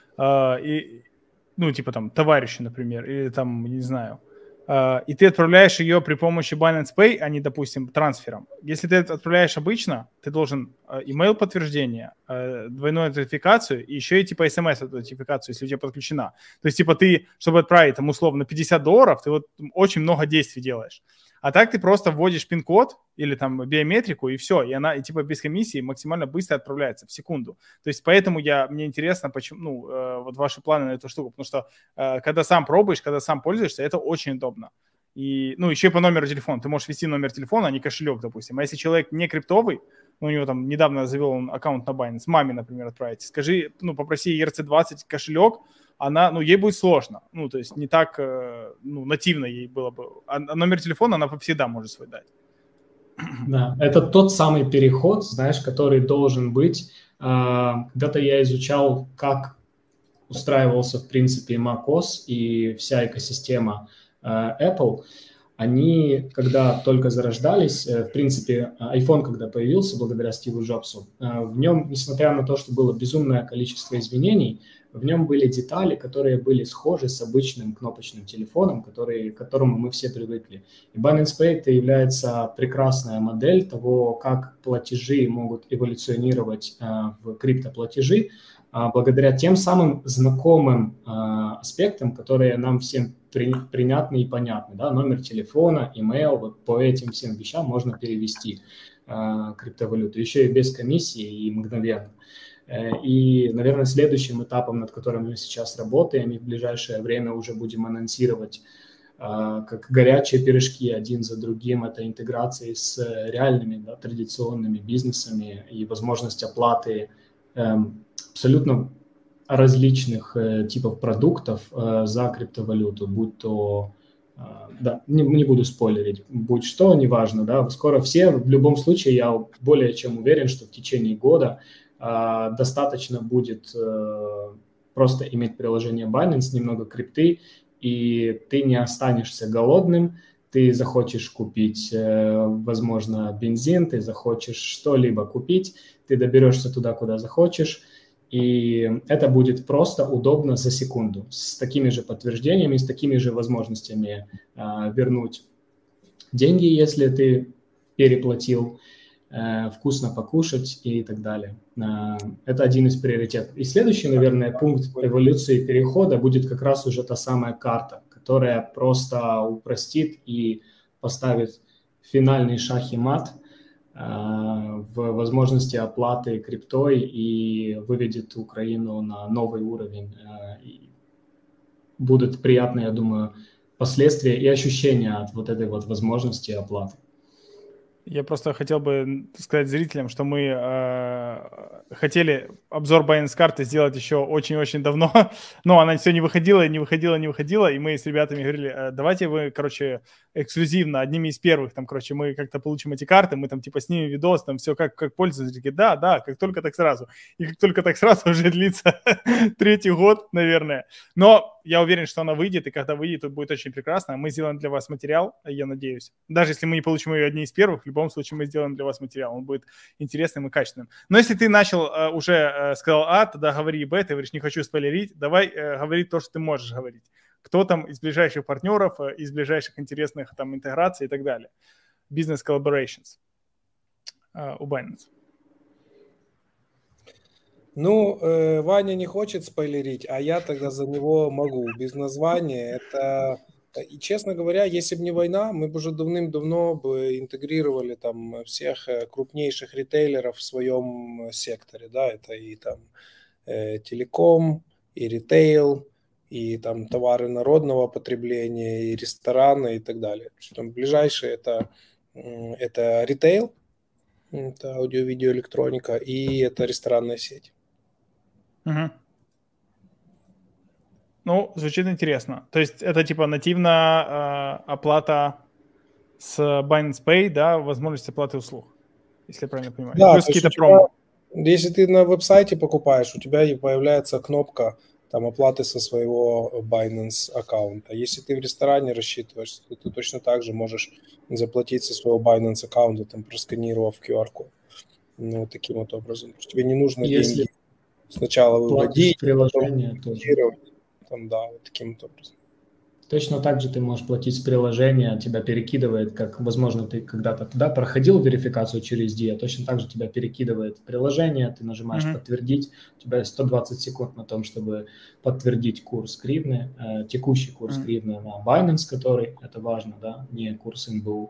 типа там товарищу, например, или там, не знаю, и ты отправляешь ее при помощи Binance Pay, а не, допустим, трансфером. Если ты это отправляешь обычно, ты должен email подтверждение, двойную нотификацию и еще и типа SMS-нотификацию, если у тебя подключена. То есть типа ты, чтобы отправить там условно $50, ты вот очень много действий делаешь. А так ты просто вводишь пин-код или там биометрику, и все, и она типа без комиссии максимально быстро отправляется в секунду. То есть поэтому мне интересно, почему, вот ваши планы на эту штуку, потому что когда сам пробуешь, когда сам пользуешься, это очень удобно. И, еще и по номеру телефона. Ты можешь ввести номер телефона, а не кошелек, допустим. А если человек не криптовый, у него там недавно завел он аккаунт на Binance, маме, например, отправить, скажи, попроси ERC20 кошелек, она, ей будет сложно, то есть не так, нативно ей было бы, а номер телефона она всегда может свой дать. Да, это тот самый переход, знаешь, который должен быть. Когда-то я изучал, как устраивался, в принципе, macOS и вся экосистема Apple. Они, когда только зарождались, в принципе, iPhone, когда появился, благодаря Стиву Джобсу, в нем, несмотря на то, что было безумное количество изменений, в нем были детали, которые были схожи с обычным кнопочным телефоном, к которому мы все привыкли. И Binance Pay это является прекрасная модель того, как платежи могут эволюционировать в криптоплатежи, благодаря тем самым знакомым аспектам, которые нам всем принятны и понятны. Да? Номер телефона, email, вот по этим всем вещам можно перевести. криптовалюту, еще и без комиссии и мгновенно. И, наверное, следующим этапом, над которым мы сейчас работаем и в ближайшее время уже будем анонсировать как горячие пирожки один за другим, это интеграции с реальными, да, традиционными бизнесами и возможность оплаты абсолютно различных типов продуктов за криптовалюту, будь то, да, не буду спойлерить, будь что, неважно, да, скоро все, в любом случае, я более чем уверен, что в течение года достаточно будет просто иметь приложение Binance, немного крипты, и ты не останешься голодным, ты захочешь купить, возможно, бензин, ты захочешь что-либо купить, ты доберешься туда, куда захочешь, и это будет просто удобно за секунду, с такими же подтверждениями, с такими же возможностями вернуть деньги, если ты переплатил, вкусно покушать и так далее. Это один из приоритетов. И следующий, наверное, пункт эволюции перехода будет как раз уже та самая карта, которая просто упростит и поставит финальный шах и мат в возможности оплаты криптой и выведет Украину на новый уровень. И будут приятные, я думаю, последствия и ощущения от вот этой вот возможности оплаты. Я просто хотел бы сказать зрителям, что мы хотели обзор Binance карты сделать еще очень-очень давно, но она все не выходила, и мы с ребятами говорили, давайте вы, короче, эксклюзивно, одними из первых, там, короче, мы как-то получим эти карты, мы там, типа, снимем видос, там, все как пользователи, такие, да, как только так сразу. И как только так сразу уже длится 3-й год, наверное. Но я уверен, что она выйдет, и когда выйдет, то будет очень прекрасно. Мы сделаем для вас материал, я надеюсь. Даже если мы не получим ее одни из первых, в любом случае мы сделаем для вас материал. Он будет интересным и качественным. Но если ты начал, уже сказал А, тогда говори Б, ты говоришь, не хочу спойлерить, давай говори то, что ты можешь говорить. Кто там из ближайших партнеров, из ближайших интересных там интеграций и так далее. Business collaborations у Binance. Ну, Ваня не хочет спойлерить, а я тогда за него могу. Без названия это... И, честно говоря, если бы не война, мы бы уже давным-давно бы интегрировали там всех крупнейших ритейлеров в своем секторе, да, это и там телеком, и ритейл, и там товары народного потребления, и рестораны, и так далее. Там ближайшие это ритейл, это аудио-видеоэлектроника, и это ресторанная сеть. Угу. Ну, звучит интересно. То есть это типа нативная оплата с Binance Pay, да, возможность оплаты услуг, если я правильно понимаю. Да, плюс какие-то промо. Если ты на веб-сайте покупаешь, у тебя появляется кнопка там оплаты со своего Binance аккаунта. Если ты в ресторане рассчитываешь, то ты точно так же можешь заплатить со своего Binance аккаунта, там, просканировав QR-код. Ну, вот таким вот образом. Тебе не нужно деньги сначала выводить, приложение тоже. Там, да, вот таким вот образом. Точно так же ты можешь платить с приложения, тебя перекидывает, как, возможно, ты когда-то туда проходил верификацию через DIA, точно так же тебя перекидывает в приложение, ты нажимаешь «Подтвердить», у тебя есть 120 секунд на том, чтобы подтвердить курс гривны, текущий курс гривны на Binance, который, это важно, да, не курс НБУ,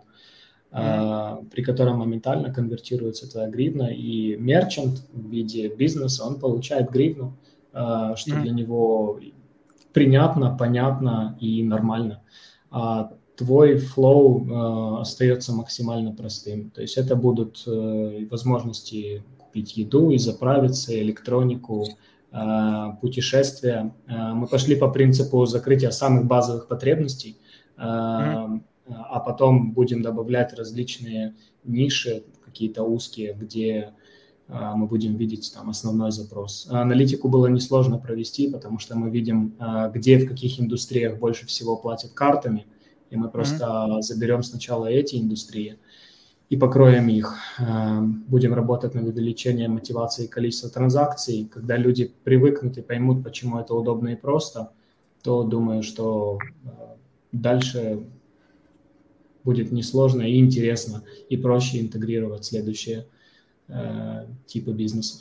при котором моментально конвертируется твоя гривна, и мерчант в виде бизнеса, он получает гривну, что для него принятно, понятно и нормально. А твой флоу остается максимально простым. То есть это будут возможности купить еду и заправиться, электронику, путешествия. Мы пошли по принципу закрытия самых базовых потребностей, а потом будем добавлять различные ниши, какие-то узкие, где мы будем видеть там основной запрос. Аналитику было несложно провести, потому что мы видим, где, в каких индустриях больше всего платят картами, и мы просто заберем сначала эти индустрии и покроем их. Будем работать над увеличением мотивации и количества транзакций. Когда люди привыкнут и поймут, почему это удобно и просто, то думаю, что дальше будет несложно и интересно, и проще интегрировать следующие типа бизнесов.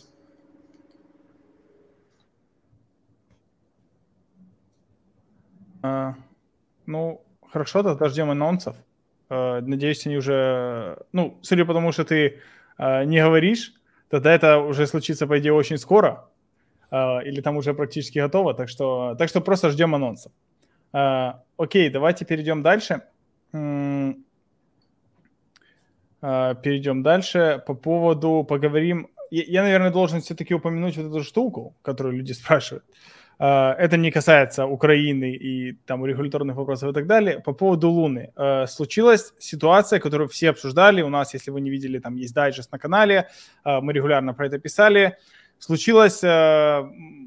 Ну, хорошо, тогда ждем анонсов. Надеюсь, они уже... Ну, судя по тому, что ты не говоришь, тогда это уже случится, по идее, очень скоро. Или там уже практически готово. Так что просто ждем анонсов. Окей, давайте перейдем дальше. Перейдем дальше. Поговорим... Я, наверное, должен все-таки упомянуть вот эту штуку, которую люди спрашивают. Это не касается Украины и там регуляторных вопросов и так далее. По поводу Луны. Случилась ситуация, которую все обсуждали. У нас, если вы не видели, там есть дайджест на канале. Мы регулярно про это писали. Случилась, я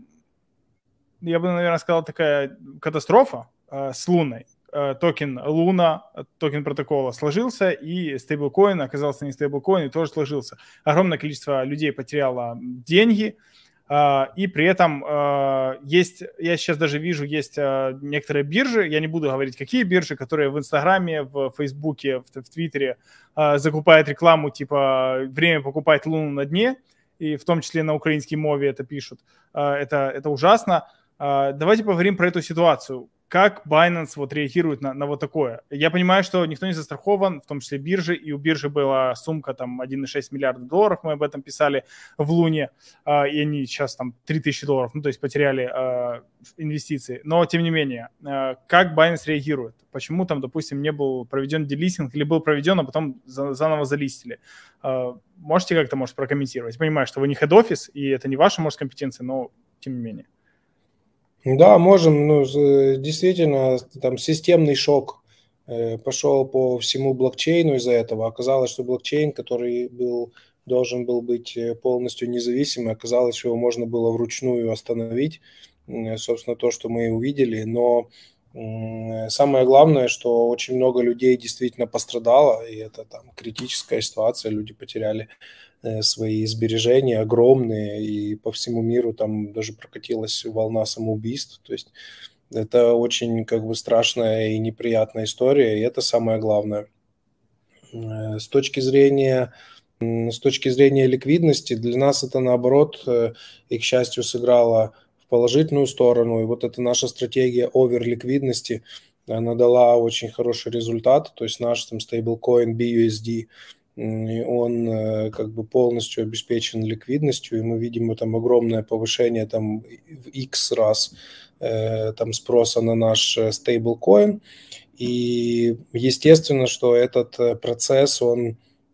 бы, наверное, сказал, такая катастрофа с Луной. Токен Луна, токен протокола сложился, и стейблкоин оказался не стейблкоин, и тоже сложился. Огромное количество людей потеряло деньги, и при этом есть, я сейчас даже вижу, есть некоторые биржи, я не буду говорить, какие биржи, которые в Инстаграме, в Фейсбуке, в Твиттере закупают рекламу, типа «время покупать Луну на дне», и в том числе на украинской мове это пишут. Это ужасно. Давайте поговорим про эту ситуацию. Как Binance вот реагирует на вот такое? Я понимаю, что никто не застрахован, в том числе биржи, и у биржи была сумка там 1,6 миллиарда долларов, мы об этом писали в Луне, и они сейчас там 3000 долларов, ну то есть потеряли инвестиции. Но тем не менее, как Binance реагирует? Почему там, допустим, не был проведен делистинг или был проведен, а потом заново залистили? Можете как-то, может, прокомментировать? Я понимаю, что вы не head-office, и это не ваша, может, компетенция, но тем не менее. Да, можем. Ну, действительно, там системный шок пошел по всему блокчейну из-за этого. Оказалось, что блокчейн, который должен был быть полностью независимый, оказалось, что его можно было вручную остановить. Собственно, то, что мы увидели. Но самое главное, что очень много людей действительно пострадало, и это там критическая ситуация. Люди потеряли свои сбережения огромные, и по всему миру там даже прокатилась волна самоубийств. То есть это очень как бы страшная и неприятная история, и это самое главное. С точки зрения ликвидности, для нас это наоборот, и, к счастью, сыграло в положительную сторону. И вот эта наша стратегия оверликвидности, она дала очень хороший результат. То есть наш там стейблкоин BUSD, он как бы полностью обеспечен ликвидностью, и мы видим там огромное повышение там в X раз там спроса на наш стейблкоин. И естественно, что этот процесс, он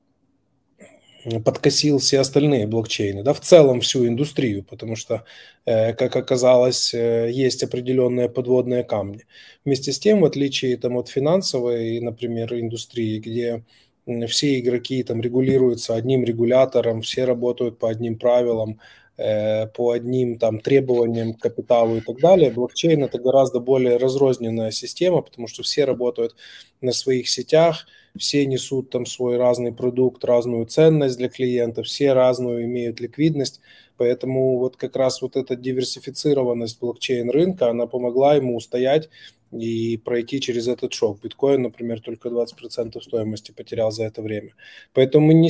подкосил все остальные блокчейны, да, в целом всю индустрию, потому что, как оказалось, есть определенные подводные камни. Вместе с тем, в отличие там, от финансовой, например, индустрии, где все игроки там регулируются одним регулятором, все работают по одним правилам, по одним там требованиям к капиталу и так далее. Блокчейн – это гораздо более разрозненная система, потому что все работают на своих сетях, все несут там свой разный продукт, разную ценность для клиента, все разную имеют ликвидность. Поэтому вот как раз вот эта диверсифицированность блокчейн-рынка, она помогла ему устоять и пройти через этот шок. Биткоин, например, только 20% стоимости потерял за это время. Поэтому мы не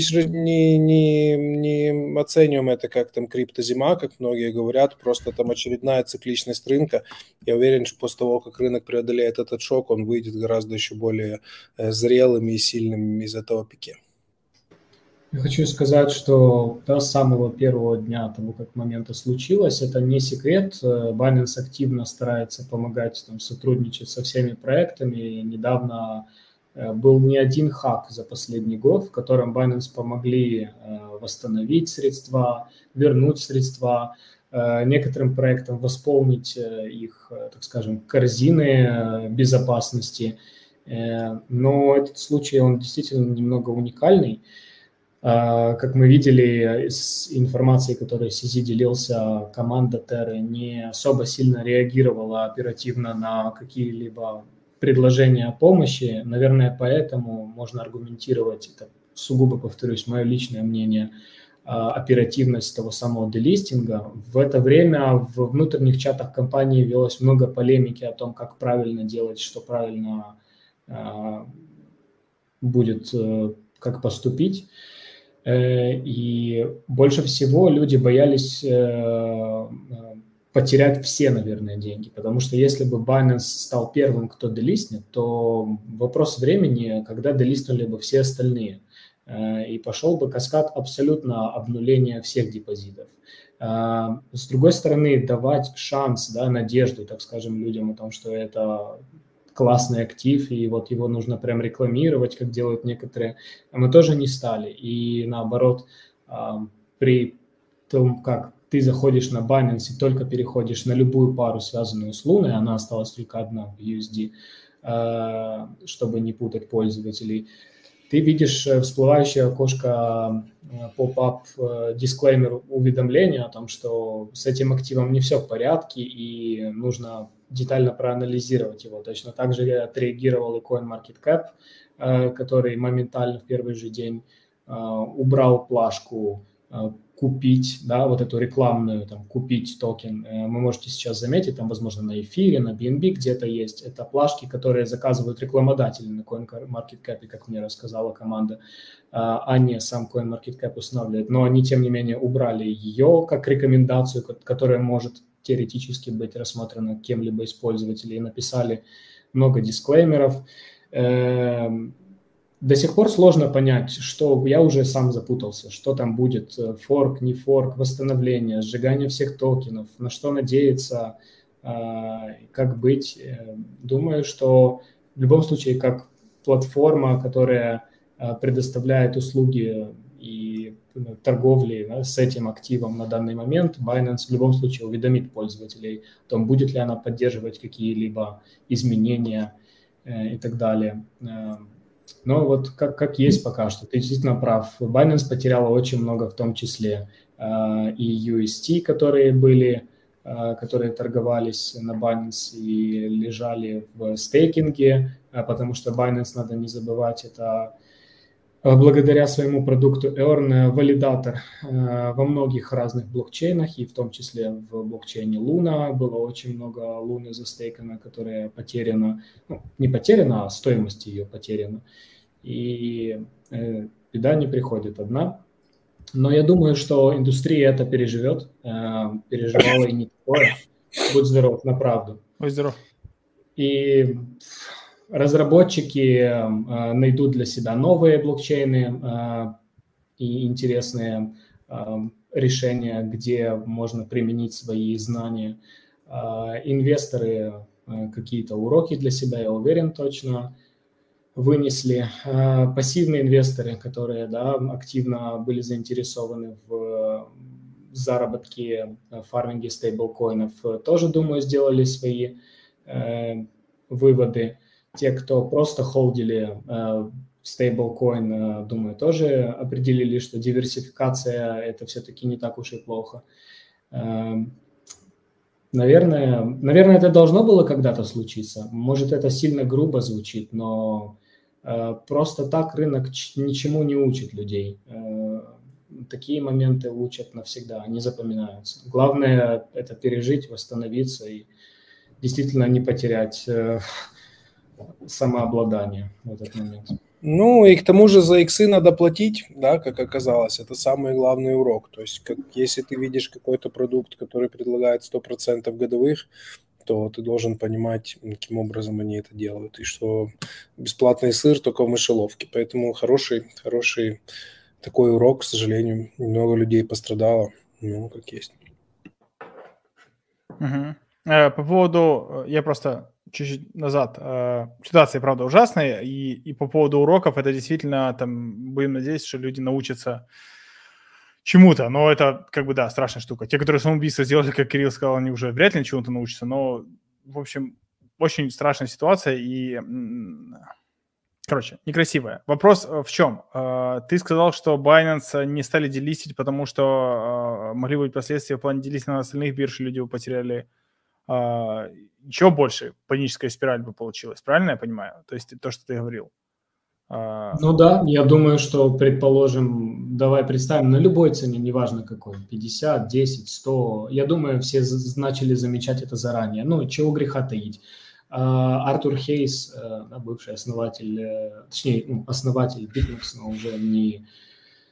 оцениваем это как там криптозима, как многие говорят, просто там очередная цикличность рынка. Я уверен, что после того, как рынок преодолеет этот шок, он выйдет гораздо еще более зрелым и сильным из этого пике. Я хочу сказать, что с самого первого дня того, как момента случилось, это не секрет. Binance активно старается помогать, там, сотрудничать со всеми проектами. И недавно был не один хак за последний год, в котором Binance помогли восстановить средства, вернуть средства, некоторым проектам восполнить их, так скажем, корзины безопасности. Но этот случай, он действительно немного уникальный. Как мы видели из информации, которой CZ делился, команда Terra не особо сильно реагировала оперативно на какие-либо предложения о помощи. Наверное, поэтому можно аргументировать, это сугубо, повторюсь, мое личное мнение, оперативность того самого делистинга. В это время в внутренних чатах компании велось много полемики о том, как правильно делать, что правильно будет, как поступить. И больше всего люди боялись потерять все, наверное, деньги. Потому что если бы Binance стал первым, кто делистнет, то вопрос времени, когда делистнули бы все остальные. И пошел бы каскад абсолютно обнуления всех депозитов. С другой стороны, давать шанс, да, надежду, так скажем, людям о том, что это классный актив, и вот его нужно прям рекламировать, как делают некоторые, мы тоже не стали. И наоборот, при том, как ты заходишь на Binance и только переходишь на любую пару, связанную с Луной, она осталась только одна в USD, чтобы не путать пользователей, ты видишь всплывающее окошко поп-ап дисклеймер уведомления о том, что с этим активом не все в порядке и нужно детально проанализировать его. Точно так же отреагировал и CoinMarketCap, который моментально в первый же день убрал плашку купить, да, вот эту рекламную, там, купить токен. Вы можете сейчас заметить, там, возможно, на эфире, на BNB где-то есть. Это плашки, которые заказывают рекламодатели на CoinMarketCap, как мне рассказала команда, а не сам CoinMarketCap устанавливает. Но они, тем не менее, убрали ее как рекомендацию, которая может теоретически быть рассмотрена кем-либо из пользователей, и написали много дисклеймеров. До сих пор сложно понять, что я уже сам запутался, что там будет, форк, не форк, восстановление, сжигание всех токенов, на что надеяться, как быть. Думаю, что в любом случае, как платформа, которая предоставляет услуги и торговли, да, с этим активом на данный момент, Binance в любом случае уведомит пользователей о том, будет ли она поддерживать какие-либо изменения и так далее. Но вот как есть пока что, ты действительно прав. Binance потеряла очень много, в том числе и UST, которые были, которые торговались на Binance и лежали в стейкинге, потому что Binance, надо не забывать, это благодаря своему продукту Earn валидатор во многих разных блокчейнах, и в том числе в блокчейне Luna было очень много Луны застейкано, которая потеряна, ну, не потеряна, а стоимость ее потеряна. И беда не приходит одна. Но я думаю, что индустрия это переживет, переживала и не такое. Будь здоров, на правду. Будь здоров. И разработчики найдут для себя новые блокчейны и интересные решения, где можно применить свои знания. Инвесторы какие-то уроки для себя, я уверен, точно вынесли. Пассивные инвесторы, которые, да, активно были заинтересованы в заработке, фарминге стейблкоинов, тоже, думаю, сделали свои выводы. Те, кто просто холдили стейблкоин, думаю, тоже определили, что диверсификация – это все-таки не так уж и плохо. Наверное, это должно было когда-то случиться. Может, это сильно грубо звучит, но просто так рынок ничему не учит людей. Такие моменты учат навсегда, они запоминаются. Главное – это пережить, восстановиться и действительно не потерять самообладание в этот момент. Ну, и к тому же за иксы надо платить, да, как оказалось. Это самый главный урок. То есть, если ты видишь какой-то продукт, который предлагает 100% годовых, то ты должен понимать, каким образом они это делают. И что бесплатный сыр только в мышеловке. Поэтому хороший такой урок, к сожалению. Много людей пострадало. Ну, как есть. Угу. По поводу... Я просто... чуть-чуть назад. Ситуация, правда, ужасная, и по поводу уроков это действительно, там, будем надеяться, что люди научатся чему-то, но это, как бы, да, страшная штука. Те, которые самоубийство сделали, как Кирилл сказал, они уже вряд ли чему-то научатся, но, в общем, очень страшная ситуация и, короче, некрасивая. Вопрос в чем? Ты сказал, что Binance не стали делистить, потому что могли быть последствия в плане делистить на остальных бирж, люди бы потеряли еще больше паническая спираль бы получилась, правильно я понимаю? То есть то, что ты говорил. Ну да, я думаю, что, предположим, давай представим, на любой цене, неважно какой, 50, 10, 100, я думаю, все начали замечать это заранее. Ну, чего греха таить. Артур Хейс, бывший основатель, точнее, основатель BitMEX, но уже не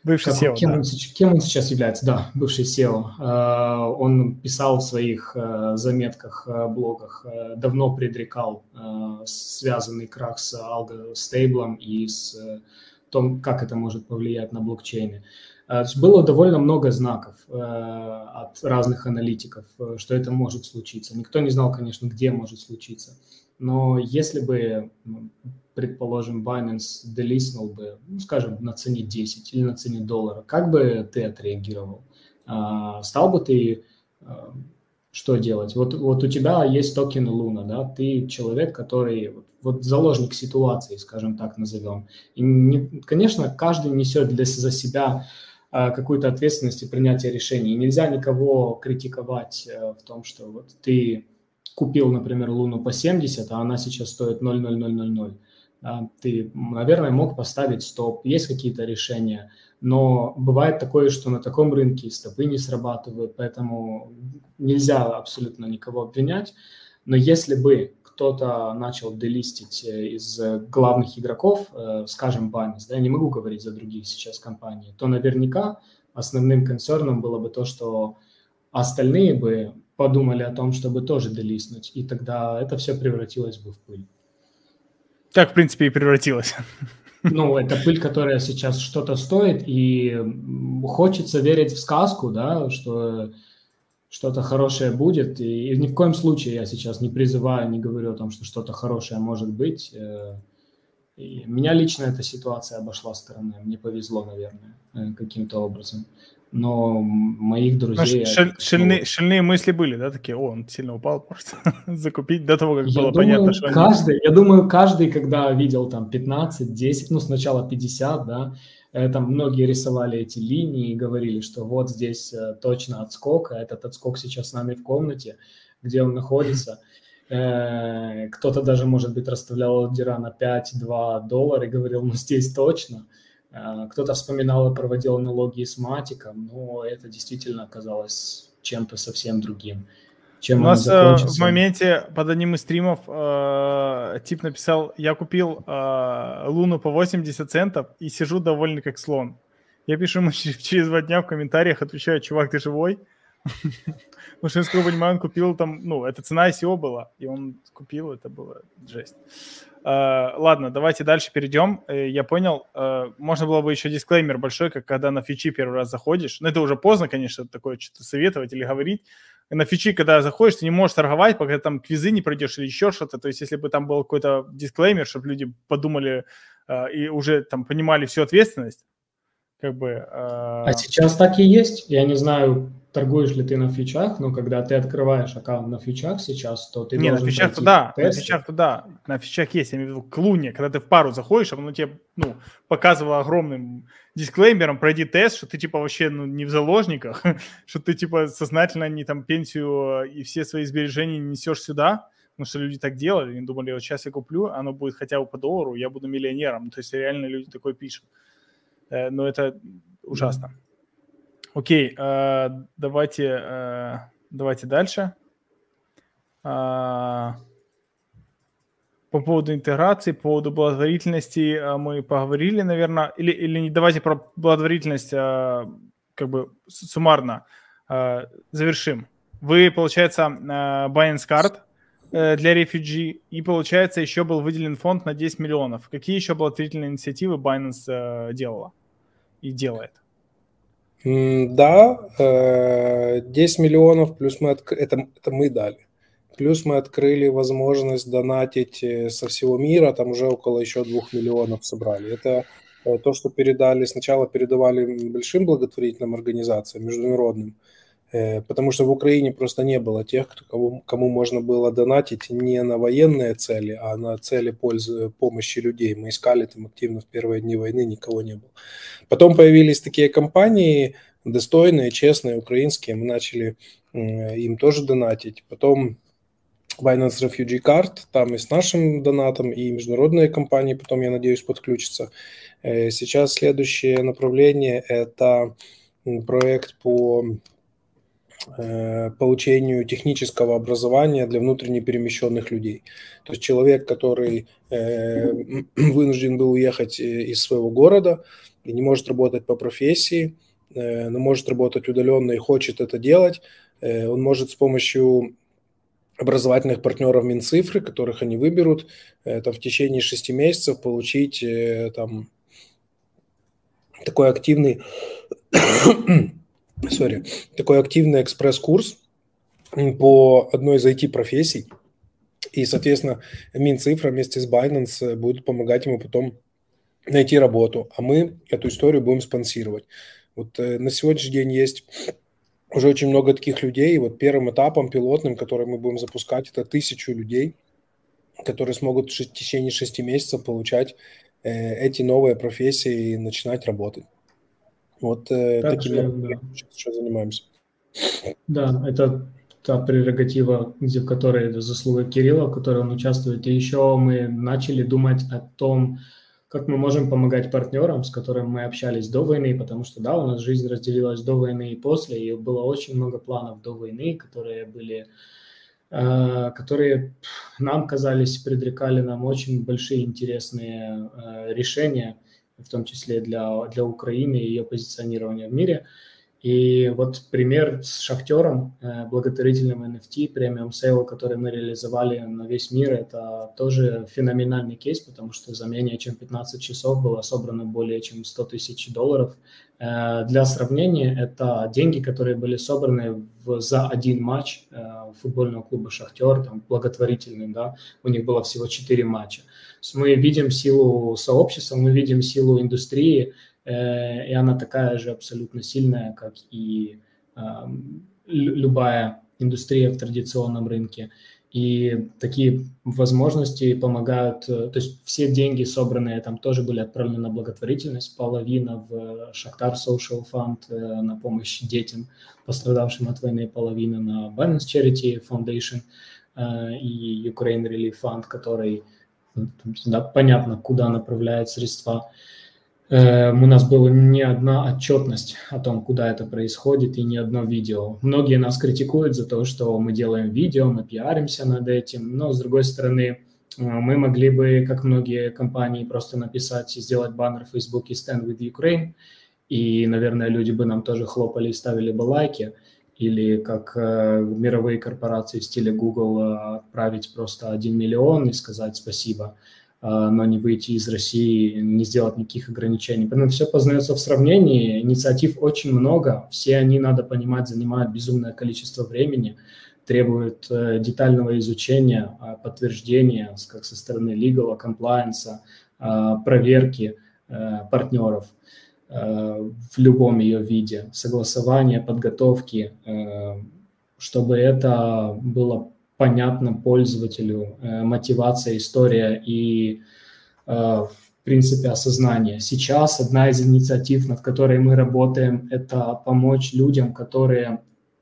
Бывший SEO, кем он сейчас является? Да, бывший SEO. Он писал в своих заметках, блогах, давно предрекал связанный крах с алго-стейблом и с том, как это может повлиять на блокчейны. Было довольно много знаков от разных аналитиков, что это может случиться. Никто не знал, конечно, где может случиться. Но если бы, предположим, Binance делистнул бы, скажем, на цене 10 или на цене $1, как бы ты отреагировал? Стал бы ты что делать? Вот у тебя есть токен Luna, да? Ты человек, который вот заложник ситуации, скажем так, назовем. И конечно, каждый несет за себя какую-то ответственность и принятие решений. И нельзя никого критиковать в том, что вот ты купил, например, Луну по 70, а она сейчас стоит 0,0000. Ты, наверное, мог поставить стоп, есть какие-то решения, но бывает такое, что на таком рынке стопы не срабатывают, поэтому нельзя абсолютно никого обвинять. Но если бы кто-то начал делистить из главных игроков, скажем, Binance, да, я не могу говорить за других сейчас компаний, то наверняка основным концерном было бы то, что остальные бы подумали о том, чтобы тоже делистнуть, и тогда это все превратилось бы в пыль. Так, в принципе, и превратилось. Ну, это пыль, которая сейчас что-то стоит, и хочется верить в сказку, да, что что-то хорошее будет, и ни в коем случае я сейчас не призываю, не говорю о том, что что-то хорошее может быть. И меня лично эта ситуация обошла стороной, мне повезло, наверное, каким-то образом. Но моих друзей... Шальные мысли были, да, такие, он сильно упал, может закупить до того, как было понятно, что Я думаю, каждый, когда видел там 15, 10, ну, сначала 50, да, там многие рисовали эти линии и говорили, что вот здесь точно отскок, а этот отскок сейчас с нами в комнате, где он находится. Кто-то даже, может быть, расставлял ордера на $5-2 и говорил, ну, здесь точно. Кто-то вспоминал и проводил аналогии с матиком, но это действительно оказалось чем-то совсем другим. Чем у нас в моменте под одним из стримов тип написал, я купил Луну по 80 центов и сижу довольный как слон. Я пишу ему через 2 дня в комментариях, отвечаю, чувак, ты живой? Потому что, насколько я понимаю, он купил там, ну, это цена ICO была, и он купил, это было жесть. Ладно, давайте дальше перейдем. Я понял, можно было бы еще дисклеймер большой, как когда на фичи первый раз заходишь. Но это уже поздно, конечно, такое что-то советовать или говорить. На фичи, когда заходишь, ты не можешь торговать, пока там квизы не пройдешь или еще что-то. То есть если бы там был какой-то дисклеймер, чтобы люди подумали и уже там понимали всю ответственность, как бы... А сейчас так и есть. Я не знаю, торгуешь ли ты на фичах, но когда ты открываешь аккаунт на фичах сейчас, то ты должен на фичах туда, на фичах туда, на фичах есть, я имею в виду к Луне, когда ты в пару заходишь, оно тебе, ну, показывало огромным дисклеймером, пройди тест, что ты, типа, вообще, ну, не в заложниках, что ты, типа, сознательно не там пенсию и все свои сбережения несешь сюда, потому что люди так делали, они думали, вот сейчас я куплю, оно будет хотя бы по $1, я буду миллионером, то есть реально люди такое пишут, но это ужасно. Окей, давайте дальше. По поводу интеграции, по поводу благотворительности мы поговорили, наверное, или не давайте про благотворительность как бы суммарно завершим. Вы, получается, Binance Card для Refugee, и, получается, еще был выделен фонд на 10 миллионов. Какие еще благотворительные инициативы Binance делала и делает? Да, 10 миллионов, плюс это мы дали. Плюс мы открыли возможность донатить со всего мира, там уже около еще 2 миллионов собрали. Это то, что сначала передавали большим благотворительным организациям, международным, потому что в Украине просто не было тех, кому можно было донатить не на военные цели, а на цели помощи людей. Мы искали там активно в первые дни войны, никого не было. Потом появились такие компании достойные, честные, украинские, мы начали им тоже донатить. Потом Binance Refugee Card, там и с нашим донатом, и международные компании потом, я надеюсь, подключатся. Сейчас следующее направление – это проект по получению технического образования для внутренне перемещенных людей. То есть человек, который вынужден был уехать из своего города и не может работать по профессии, но может работать удаленно и хочет это делать, он может с помощью образовательных партнеров Минцифры, которых они выберут, в течение 6 месяцев получить такой активный экспресс-курс по одной из IT-профессий. И, соответственно, Минцифра вместе с Binance будут помогать ему потом найти работу, а мы эту историю будем спонсировать. Вот на сегодняшний день есть уже очень много таких людей. И вот первым этапом пилотным, который мы будем запускать, это 1000 людей, которые смогут в течение 6 месяцев получать эти новые профессии и начинать работать. Вот таким сейчас занимаемся. Да, это та прерогатива, в которой заслуга Кирилла, в которой он участвует. И еще мы начали думать о том, как мы можем помогать партнерам, с которыми мы общались до войны, потому что, да, у нас жизнь разделилась до войны и после, и было очень много планов до войны, которые нам казались, предрекали нам очень большие интересные решения, в том числе для Украины и ее позиционирования в мире. И вот пример с Шахтером, благотворительным NFT, премиум сейл, который мы реализовали на весь мир, это тоже феноменальный кейс, потому что за менее чем 15 часов было собрано более чем $100 тысяч. Для сравнения, это деньги, которые были собраны за один матч футбольного клуба «Шахтер», там, благотворительным, да, у них было всего 4 матча. Мы видим силу сообщества, мы видим силу индустрии, и она такая же абсолютно сильная, как и любая индустрия в традиционном рынке. И такие возможности помогают, то есть все деньги, собранные там, тоже были отправлены на благотворительность, половина в Shakhtar Social Fund на помощь детям, пострадавшим от войны, половина на Binance Charity Foundation и Ukraine Relief Fund, который, да, понятно, куда направляет средства. У нас была не одна отчетность о том, куда это происходит, и не одно видео. Многие нас критикуют за то, что мы делаем видео, мы пиаримся над этим, но, с другой стороны, мы могли бы, как многие компании, просто написать и сделать баннер в Фейсбуке «Stand with Ukraine», и, наверное, люди бы нам тоже хлопали и ставили бы лайки, или как мировые корпорации в стиле Google отправить просто 1 миллион и сказать спасибо, но не выйти из России, не сделать никаких ограничений. Поэтому все познается в сравнении, инициатив очень много, все они, надо понимать, занимают безумное количество времени, требуют детального изучения, подтверждения как со стороны legal, compliance, проверки партнеров в любом ее виде, согласования, подготовки, чтобы это было понятно пользователю, мотивация, история и, в принципе, осознание. Сейчас одна из инициатив, над которой мы работаем, это помочь людям, которые,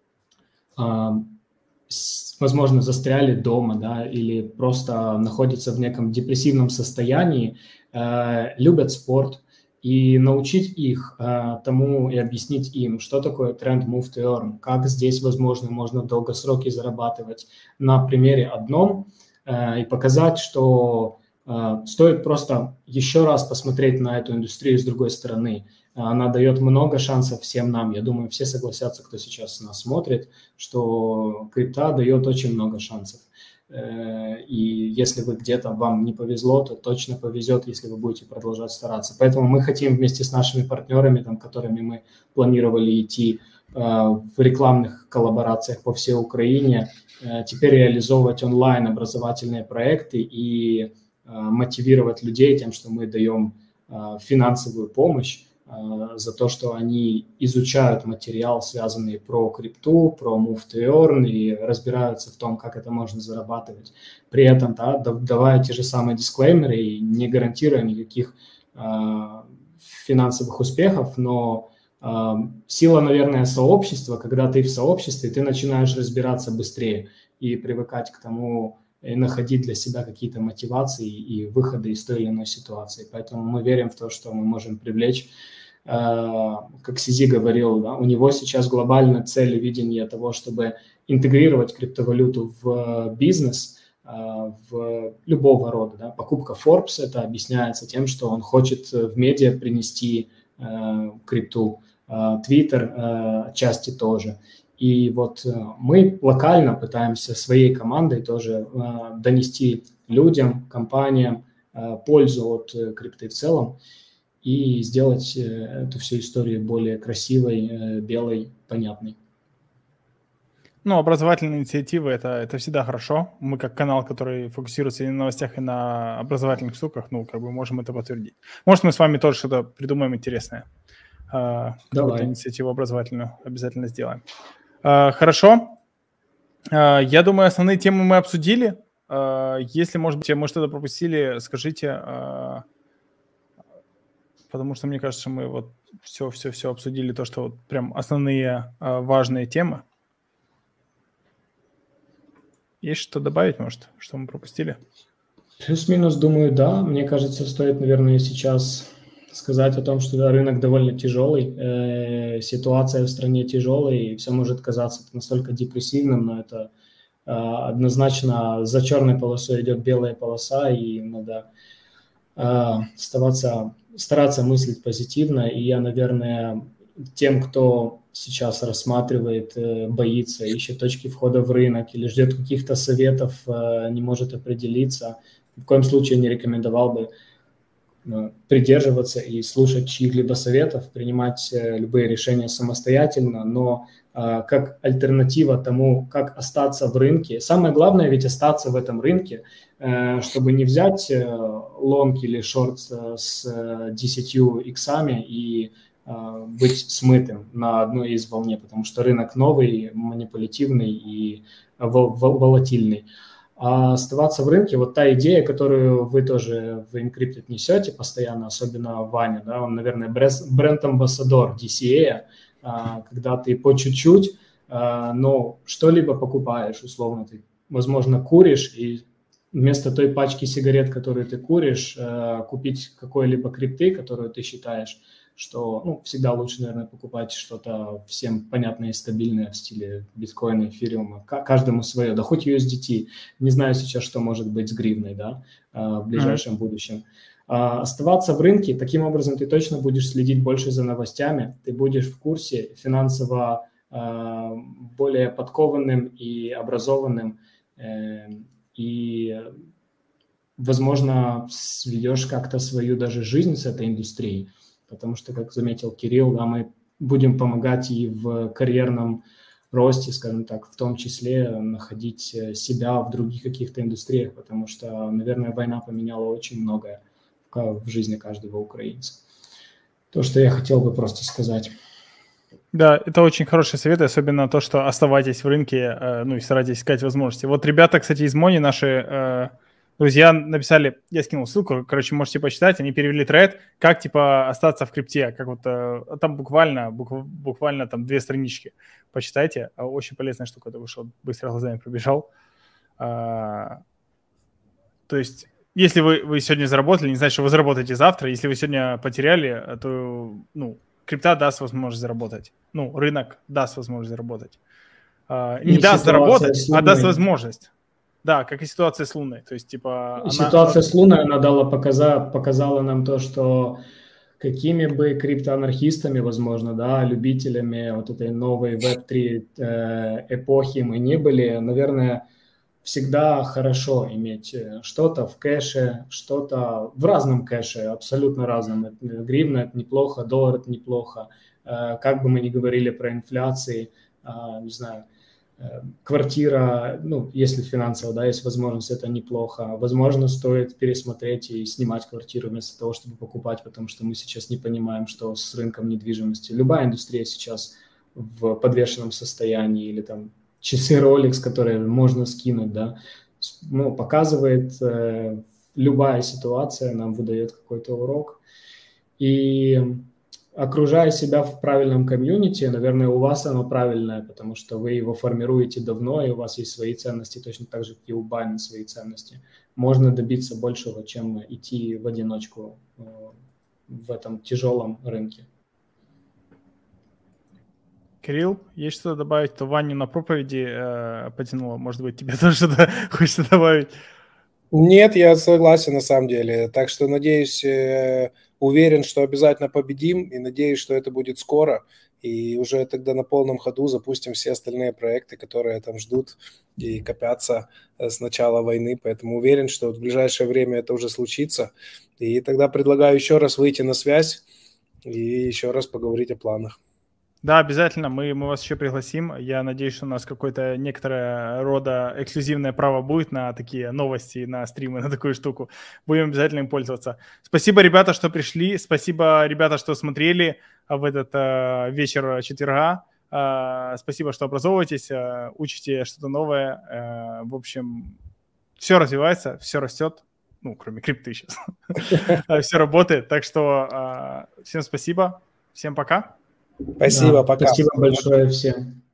возможно, застряли дома, да, или просто находятся в неком депрессивном состоянии, любят спорт, и научить их тому и объяснить им, что такое тренд Move to Earn, как здесь, возможно, можно в долгосроке зарабатывать на примере одном и показать, что стоит просто еще раз посмотреть на эту индустрию с другой стороны. Она дает много шансов всем нам. Я думаю, все согласятся, кто сейчас нас смотрит, что крипта дает очень много шансов. И если вы где-то вам не повезло, то точно повезет, если вы будете продолжать стараться. Поэтому мы хотим вместе с нашими партнерами, там, которыми мы планировали идти в рекламных коллаборациях по всей Украине, теперь реализовывать онлайн образовательные проекты и мотивировать людей тем, что мы даем финансовую помощь за то, что они изучают материал, связанный про крипту, про Move to Earn и разбираются в том, как это можно зарабатывать. При этом, да, давая те же самые дисклеймеры и не гарантируя никаких финансовых успехов, но сила, наверное, сообщества, когда ты в сообществе, ты начинаешь разбираться быстрее и привыкать к тому, и находить для себя какие-то мотивации и выходы из той или иной ситуации. Поэтому мы верим в то, что мы можем привлечь как Сизи говорил, да, у него сейчас глобальная цель и видение того, чтобы интегрировать криптовалюту в бизнес, в любого рода. Да. Покупка Forbes это объясняется тем, что он хочет в медиа принести крипту, Twitter отчасти тоже. И вот мы локально пытаемся своей командой тоже донести людям, компаниям пользу от крипты в целом и сделать эту всю историю более красивой, белой, понятной. Ну, образовательные инициативы это всегда хорошо. Мы как канал, который фокусируется и на новостях, и на образовательных штуках, ну, как бы можем это подтвердить. Может, мы с вами тоже что-то придумаем интересное. Какую-то инициативу образовательную обязательно сделаем. Хорошо. Я думаю, основные темы мы обсудили. Если, может быть, мы что-то пропустили, скажите, потому что мне кажется, мы вот все обсудили, то, что вот прям основные важные темы. Есть что добавить, может, что мы пропустили? Плюс-минус, думаю, да. Мне кажется, стоит, наверное, сейчас сказать о том, что да, рынок довольно тяжелый, ситуация в стране тяжелая, и все может казаться настолько депрессивным, но это однозначно за черной полосой идет белая полоса, и надо стараться мыслить позитивно. И я, наверное, тем, кто сейчас рассматривает, боится, ищет точки входа в рынок или ждет каких-то советов, не может определиться, ни в коем случае не рекомендовал бы придерживаться и слушать чьих-либо советов, принимать любые решения самостоятельно, но как альтернатива тому, как остаться в рынке. Самое главное ведь остаться в этом рынке, чтобы не взять лонг или шорт с 10 иксами и быть смытым на одной из волне, потому что рынок новый, манипулятивный и волатильный. А оставаться в рынке, вот та идея, которую вы тоже в Encrypted несете постоянно, особенно Ваня, да, он, наверное, бренд-амбассадор DCA, когда ты по чуть-чуть, но что-либо покупаешь, условно, ты, возможно, куришь, и вместо той пачки сигарет, которую ты куришь, купить какой-либо крипты, которую ты считаешь, что всегда лучше, наверное, покупать что-то всем понятное и стабильное в стиле биткоина, эфириума. Каждому свое, да хоть USDT. Не знаю сейчас, что может быть с гривной, да, в ближайшем будущем. Оставаться в рынке, таким образом ты точно будешь следить больше за новостями, ты будешь в курсе, финансово более подкованным и образованным, и, возможно, сведешь как-то свою даже жизнь с этой индустрией. Потому что, как заметил Кирилл, да, мы будем помогать и в карьерном росте, скажем так, в том числе находить себя в других каких-то индустриях, потому что, наверное, война поменяла очень многое в жизни каждого украинца. То, что я хотел бы просто сказать. Да, это очень хороший совет, особенно то, что оставайтесь в рынке, и старайтесь искать возможности. Вот ребята, кстати, из Мони, наши друзья, написали, я скинул ссылку, короче, можете почитать, они перевели тред, как, остаться в крипте, как вот, там буквально там 2 странички, почитайте, очень полезная штука, это вышел, быстро глазами пробежал. То есть, если вы сегодня заработали, не значит, что вы заработаете завтра, если вы сегодня потеряли, то, крипта даст возможность заработать, рынок даст возможность заработать. Не даст заработать, а даст возможность. Да, как и ситуация с Луной. То есть, ситуация с Луной, она показала нам то, что какими бы криптоанархистами, возможно, да, любителями вот этой новой Web3 эпохи мы не были, наверное, всегда хорошо иметь что-то в кэше, что-то в разном кэше, абсолютно разном. Гривна – это неплохо, доллар – это неплохо. Как бы мы ни говорили про инфляции, не знаю, квартира, если финансово, да, есть возможность, это неплохо. Возможно, стоит пересмотреть и снимать квартиру вместо того, чтобы покупать, потому что мы сейчас не понимаем, что с рынком недвижимости. Любая индустрия сейчас в подвешенном состоянии, или там часы Rolex, которые можно скинуть, да, показывает, любая ситуация нам выдает какой-то урок. И окружая себя в правильном комьюнити, наверное, у вас оно правильное, потому что вы его формируете давно, и у вас есть свои ценности, точно так же, как и у Binance свои ценности. Можно добиться большего, чем идти в одиночку в этом тяжелом рынке. Кирилл, есть что-то добавить? То Ваню на проповеди потянуло. Может быть, тебе тоже что-то хочется добавить? Нет, я согласен на самом деле. Так что, надеюсь, уверен, что обязательно победим, и надеюсь, что это будет скоро. И уже тогда на полном ходу запустим все остальные проекты, которые там ждут и копятся с начала войны. Поэтому уверен, что в ближайшее время это уже случится. И тогда предлагаю еще раз выйти на связь и еще раз поговорить о планах. Да, обязательно. Мы вас еще пригласим. Я надеюсь, что у нас какое-то некоторое рода эксклюзивное право будет на такие новости, на стримы, на такую штуку. Будем обязательно им пользоваться. Спасибо, ребята, что пришли. Спасибо, ребята, что смотрели в этот вечер четверга. Спасибо, что образовываетесь, учите что-то новое. В общем, все развивается, все растет. Ну, кроме крипты сейчас. Все работает. Так что всем спасибо. Всем пока. Спасибо, пока. Спасибо большое всем.